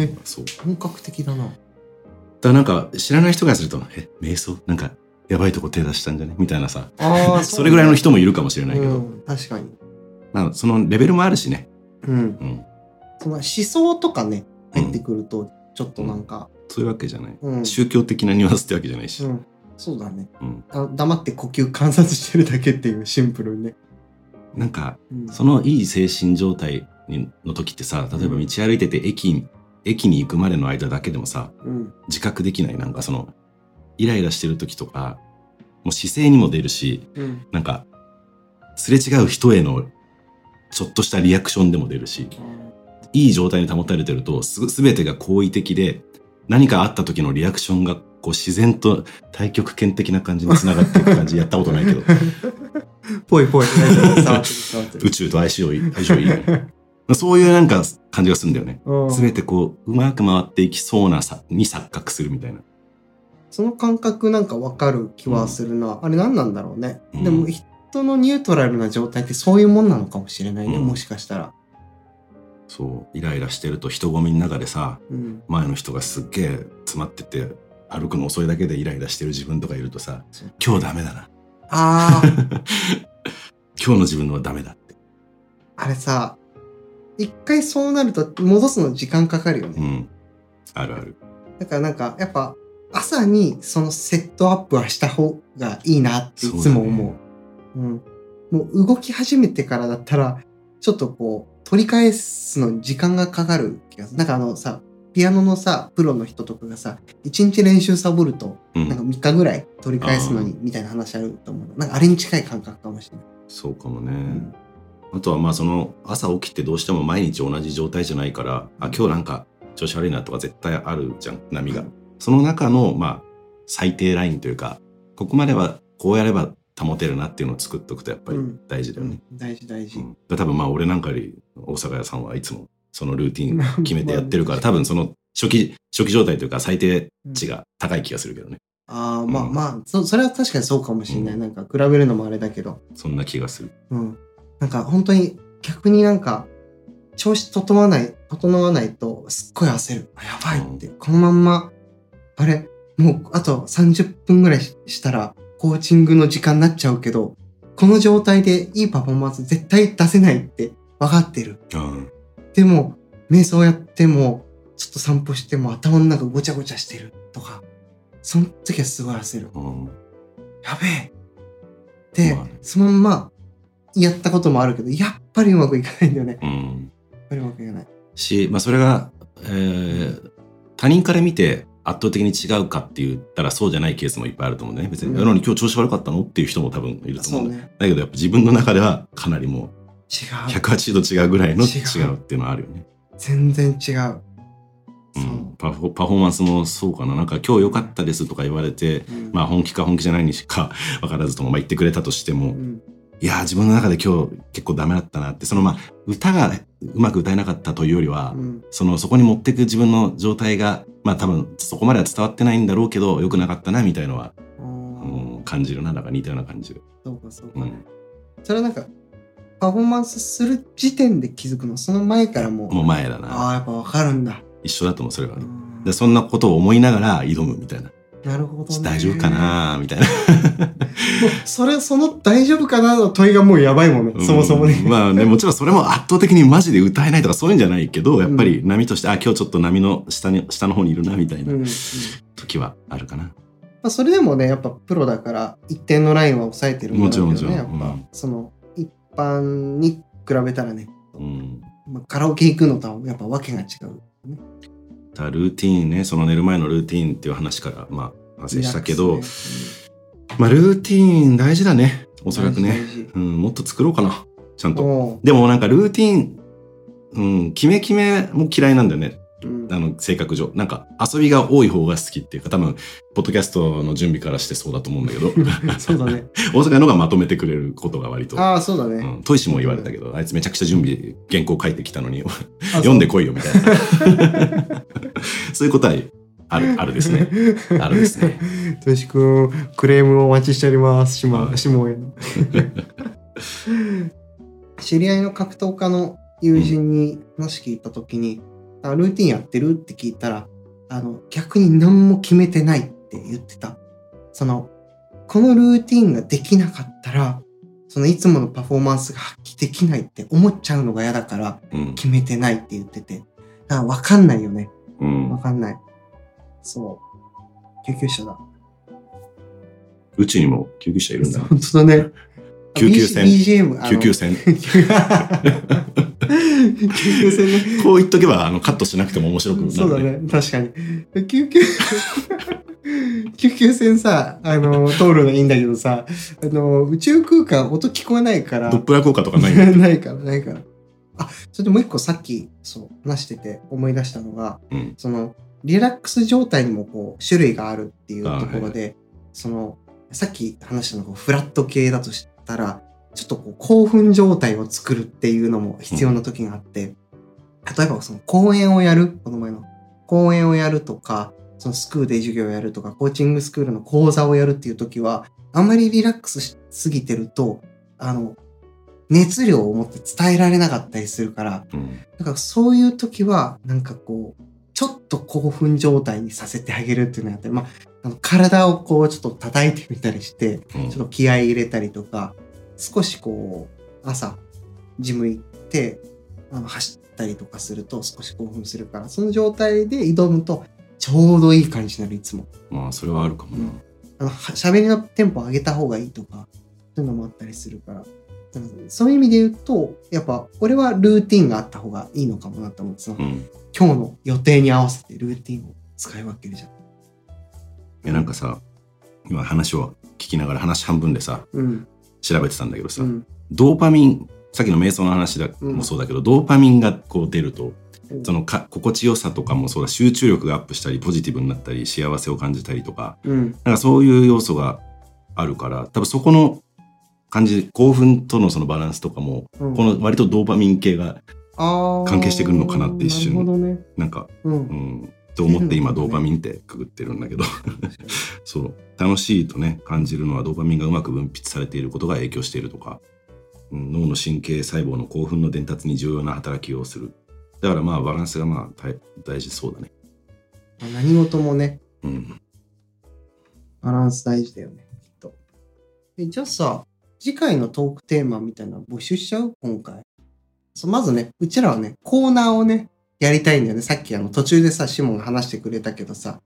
そう。 本格的だな。だからなんか知らない人がすると、瞑想なんかやばいとこ手出したんじゃねみたいなさ。それぐらいの人もいるかもしれないけど。 確かに。 そのレベルもあるしね。 その思想とかね、入ってくると、ちょっとなんか。 そういうわけじゃない。宗教的なニュアンスってわけじゃないし。 そうだね。黙って呼吸観察してるだけっていうシンプルにね。 なんか、そのいい精神状態の時ってさ、例えば道歩いてて駅に行くまでの間だけでもさ、自覚できない。なんかイライラしてる時とか、もう姿勢にも出るし、なんか、すれ違う人へのちょっとしたリアクションでも出るし、いい状態に保たれてると、すべてが好意的で、何かあった時のリアクションがこう自然と太極拳的な感じにつながっていく感じやったことないけど。 ぽい。 宇宙と相性いい。そういうなんか感じがするんだよね。すべてこう、うまく回っていきそうなに錯覚するみたいな。 その感覚なんかわかる気はするな。あれ何なんだろうね。でも人のニュートラルな状態ってそういうもんなのかもしれないね。もしかしたら。 そう、イライラしてると人混みの中でさ、前の人がすっげえ詰まってて、歩くの遅いだけでイライラしてる自分とかいるとさ、今日ダメだな。今日の自分のはダメだって。 あれさ、一回そうなると戻すの時間かかるよね。 あるある。 だからなんか、やっぱ朝にそのセットアップはした方がいいなっていつも思う。もう動き始めてからだったら、ちょっとこう、取り返すのに時間がかかる気がする。なんかピアノのさ、プロの人とかがさ、1日練習サボると、なんか3日ぐらい取り返すのに、みたいな話あると思う。なんかあれに近い感覚かもしれない。 そうかもね。あとは朝起きてどうしても毎日同じ状態じゃないから、今日なんか調子悪いなとか絶対あるじゃん、波が。その中の、最低ラインというか、ここまではこうやれば保てるなっていうのを作っとくとやっぱり大事だよね。 大事。 多分俺なんかより大阪屋さんはいつもそのルーティン決めてやってるから、多分その初期状態というか最低値が高い気がするけどね。それは確かにそうかもしれない。なんか比べるのもあれだけど。 そんな気がする。 なんか本当に逆になんか調子整わないとすっごい焦る。やばいって。このまんま、あれ、もうあと30分ぐらいしたらコーチングの時間になっちゃうけど、この状態でいいパフォーマンス絶対出せないって分かってる。でも、瞑想やっても、ちょっと散歩しても頭の中ごちゃごちゃしてるとか、その時はすごい焦る。やべえ。で、そのままやったこともあるけど、やっぱりうまくいかないんだよね。やっぱりうまくいかない。 それが、他人から見て圧倒的に違うかって言ったらそうじゃないケースもいっぱいあると思うんだね。別に、なのに今日調子悪かったのっていう人も多分いると思うんだ。だけどやっぱ自分の中ではかなりもう、180度違うぐらいの違うっていうのはあるよね。 全然違う。 パフォーマンスもそうかな。なんか今日良かったですとか言われて、本気か本気じゃないにしか分からずとも言ってくれたとしても、いや自分の中で今日結構ダメだったなって、歌がうまく歌えなかったというよりは、そこに持っていく自分の状態が多分そこまでは伝わってないんだろうけど良くなかったなみたいのは、感じるな。なんか似たような感じる。 そうか。それはなんかパフォーマンスする時点で気づくの？その前からもう前だな。 やっぱ分かるんだ。 一緒だと思う、それはね。でそんなことを思いながら挑むみたいな。 なるほどね。 大丈夫かなみたいな。もうその大丈夫かなの問いがもうやばいもんね、そもそもね。 もちろんそれも圧倒的にマジで歌えないとかそういうんじゃないけど、やっぱり波として今日ちょっと波の下の方にいるなみたいな時はあるかな。それでもね、やっぱプロだから一定のラインは抑えてるんだろうけどね。やっぱ般に比べたらね、カラオケ行くのとはやっぱ訳が違う、ね。 ルーティーンね、その寝る前のルーティーンっていう話から、派生したけど、ルーティーン大事だね。おそらくね。もっと作ろうかな。ちゃんと。でもなんかルーティーン、決めも嫌いなんだよね。性格上。なんか遊びが多い方が好きっていうか、多分、ポッドキャストの準備からしてそうだと思うんだけど。 そうだね。 大阪のがまとめてくれることが割と。 そうだね。 トイシも言われたけど、あいつめちゃくちゃ準備、原稿書いてきたのに、読んでこいよみたいな。そういうことはあるですね。あるですね。 トイシ君、クレームをお待ちしております。下への。知り合いの格闘家の友人に話聞いたときに、ルーティンやってるって聞いたら、逆に何も決めてないって言ってた。このルーティンができなかったら、いつものパフォーマンスが発揮できないって思っちゃうのが嫌だから、決めてないって言ってて。だから分かんないよね。分かんない。そう。救急車だ。 宇宙にも救急車いるんだ。 本当だね。 救急船。 BGM。 救急船。 救急船ね。 こう言っとけばカットしなくても面白くなるね。 そうだね。確かに。救急船さ、通るのいいんだけどさ、宇宙空間音聞こえないから。 ドップラー効果とかないないから。それでもう一個さっき、話してて思い出したのが、リラックス状態にも種類があるっていうところで、さっき話したのがフラット系だとしたら、ちょっと興奮状態を作るっていうのも必要な時があって、例えば講演をやる、この前の講演をやるとか、スクールで授業をやるとか、コーチングスクールの講座をやるっていう時は、あんまりリラックスしすぎてると、熱量を持って伝えられなかったりするから、だからそういう時は、ちょっと興奮状態にさせてあげるっていうのをやってる。体をちょっと叩いてみたりして、ちょっと気合い入れたりとか、少し朝、ジム行って、走ったりとかすると少し興奮するから、その状態で挑むと、ちょうどいい感じになる、いつも。 それはあるかもな。 喋りのテンポ上げた方がいいとか、そういうのもあったりするから。そういう意味で言うと、やっぱ、俺はルーティンがあった方がいいのかもなと思って、今日の予定に合わせてルーティンを使い分けるじゃん。 なんかさ、今話を聞きながら話半分でさ、調べてたんだけどさ、ドーパミン、さっきの瞑想の話もそうだけど、ドーパミンが出ると、心地よさとかもそうだ、集中力がアップしたり、ポジティブになったり、幸せを感じたりとか、なんかそういう要素があるから、多分そこの感じ、興奮とのそのバランスとかも、この割とドーパミン系が関係してくるのかなって一瞬、なんか、と思って今ドーパミンってくぐってるんだけどそう楽しいとね感じるのはドーパミンがうまく分泌されていることが影響しているとか、脳の神経細胞の興奮の伝達に重要な働きをする。だからバランスが大事そうだね。 何事もね、バランス大事だよね、きっと。じゃあさ、次回のトークテーマみたいなの募集しちゃう？今回。まずね、うちらはね、コーナーをね、やりたいんだよね。さっき途中でさ、シモンが話してくれたけどさ、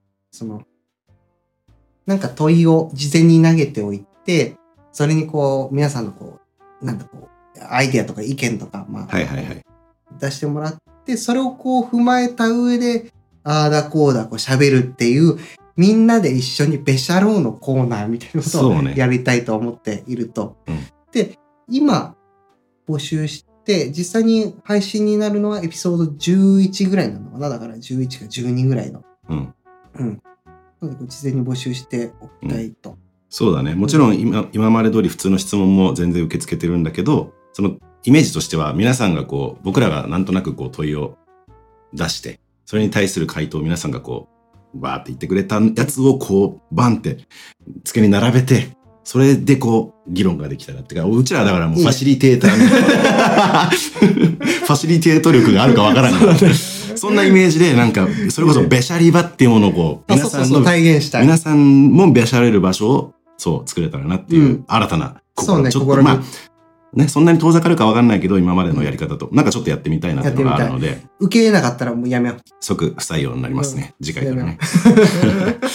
なんか問いを事前に投げておいて、それに皆さんのアイデアとか意見とか、出してもらって、それを踏まえた上で、ああだこうだ喋るっていう、みんなで一緒にベシャローのコーナーみたいなことをやりたいと思っていると。で、今、募集して、実際に配信になるのはエピソード11ぐらいなのかな。だから11か12ぐらいの。事前に募集しておきたいと。 そうだね。もちろん今まで通り普通の質問も全然受け付けてるんだけど、そのイメージとしては皆さんが僕らがなんとなく問いを出して、それに対する回答を皆さんがバーって言ってくれたやつをバンって付けに並べて、それで議論ができたらってか、うちらだからもうファシリテーターファシリテート力があるかわからんから、そんなイメージでなんかそれこそベシャリバっていうものを皆さんの体現したい、 皆さんもベシャれる場所を作れたらなっていう新たな心、ちょっとそんなに遠ざかるかわかんないけど、今までのやり方となんかちょっとやってみたいなっていうのがあるので、 受け入れなかったらもうやめよう。 即不採用になりますね、次回からね。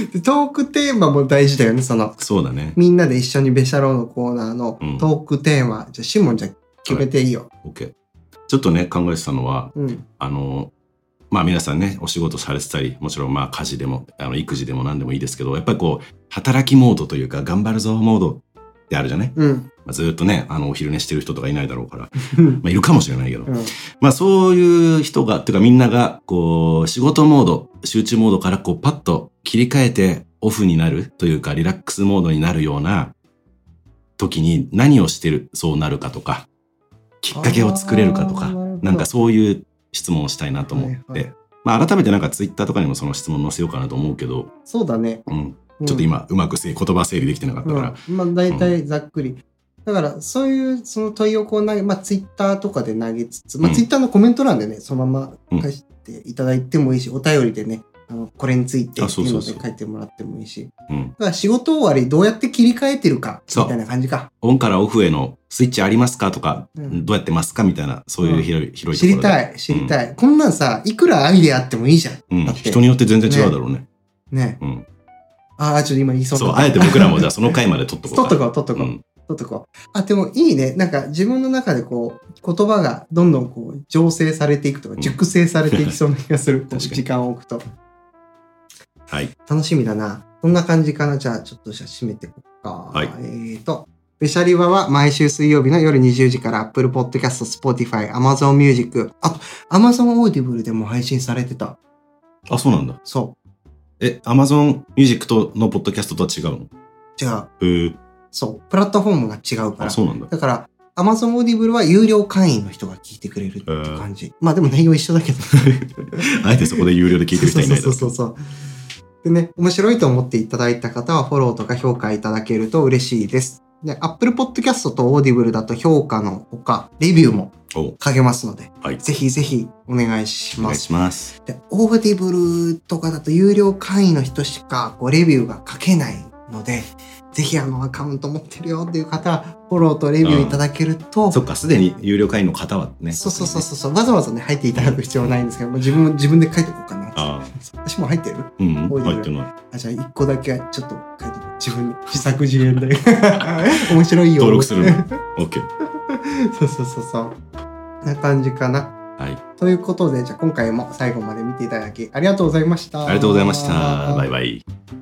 トークテーマも大事だよね、 そうだね。 みんなで一緒にベシャローのコーナーのトークテーマ。じゃあ、シモンじゃ決めていいよ。 OK。ちょっとね、考えてたのは、皆さんね、お仕事されてたり、もちろん家事でも、育児でも何でもいいですけど、やっぱり働きモードというか、頑張るぞモードってあるじゃね。ずっとね、お昼寝してる人とかいないだろうから、いるかもしれないけど、そういう人が、っていうかみんなが、仕事モード、集中モードからパッと切り替えてオフになるというか、リラックスモードになるような時に何をしてる、そうなるかとか、きっかけを作れるかとか、なんかそういう質問をしたいなと思って、改めてツイッターとかにもその質問載せようかなと思うけど、 そうだね。 ちょっと今うまく言葉整理できてなかったから。 大体ざっくり。だからそういうその問いを投げ、ツイッターとかで投げつつ、ツイッターのコメント欄でね、そのまま返していただいてもいいし、お便りでね、これについてっていうので書いてもらってもいいし。だから仕事終わりどうやって切り替えてるかみたいな感じか。 オンからオフへのスイッチありますかとか、どうやってますかみたいな、そういう広いところで。 知りたい。こんなんさ、いくらアイデアあってもいいじゃん。 人によって全然違うだろうね。 ね。ちょっと今言いそうだ。 そう、あえて僕らもじゃあその回まで取っとこう。 取っとこう。でもいいね。なんか自分の中で言葉がどんどん醸成されていくとか、熟成されていきそうな気がする。時間を置くと。 はい。 楽しみだな。こんな感じかな。じゃあちょっと締めていこうか。 はい。 ベシャリバは毎週水曜日の夜20時から Apple Podcast、Spotify、Amazon Music、Amazon Audible でも配信されてた。 あ、そうなんだ。 そう。 Amazon Music のポッドキャストとは違うの？ 違う。そう。プラットフォームが違うから。 そうなんだ。 だから、Amazon Audible は有料会員の人が聞いてくれるって感じ。でも内容一緒だけど。 あえてそこで有料で聞いてる人いないだろう。 そう。でね、面白いと思っていただいた方はフォローとか評価いただけると嬉しいです。で、Apple Podcast と Audible だと評価のほか、レビューも書けますので、ぜひぜひお願いします。 お願いします。 で、Audible とかだと有料会員の人しかレビューが書けないので、ぜひアカウント持ってるよっていう方はフォローとレビューいただけると、 そっか、すでに有料会員の方はね。 そうわざわざね入っていただく必要はないんですけど、自分で書いておこうかな。私も入ってる？ 入ってない。 じゃあ1個だけちょっと書いて自分に自作自演で面白いよ。 登録するの。OK。 そうな感じかな。 はい。 ということで、じゃあ今回も最後まで見ていただきありがとうございました。 ありがとうございました。バイバイ。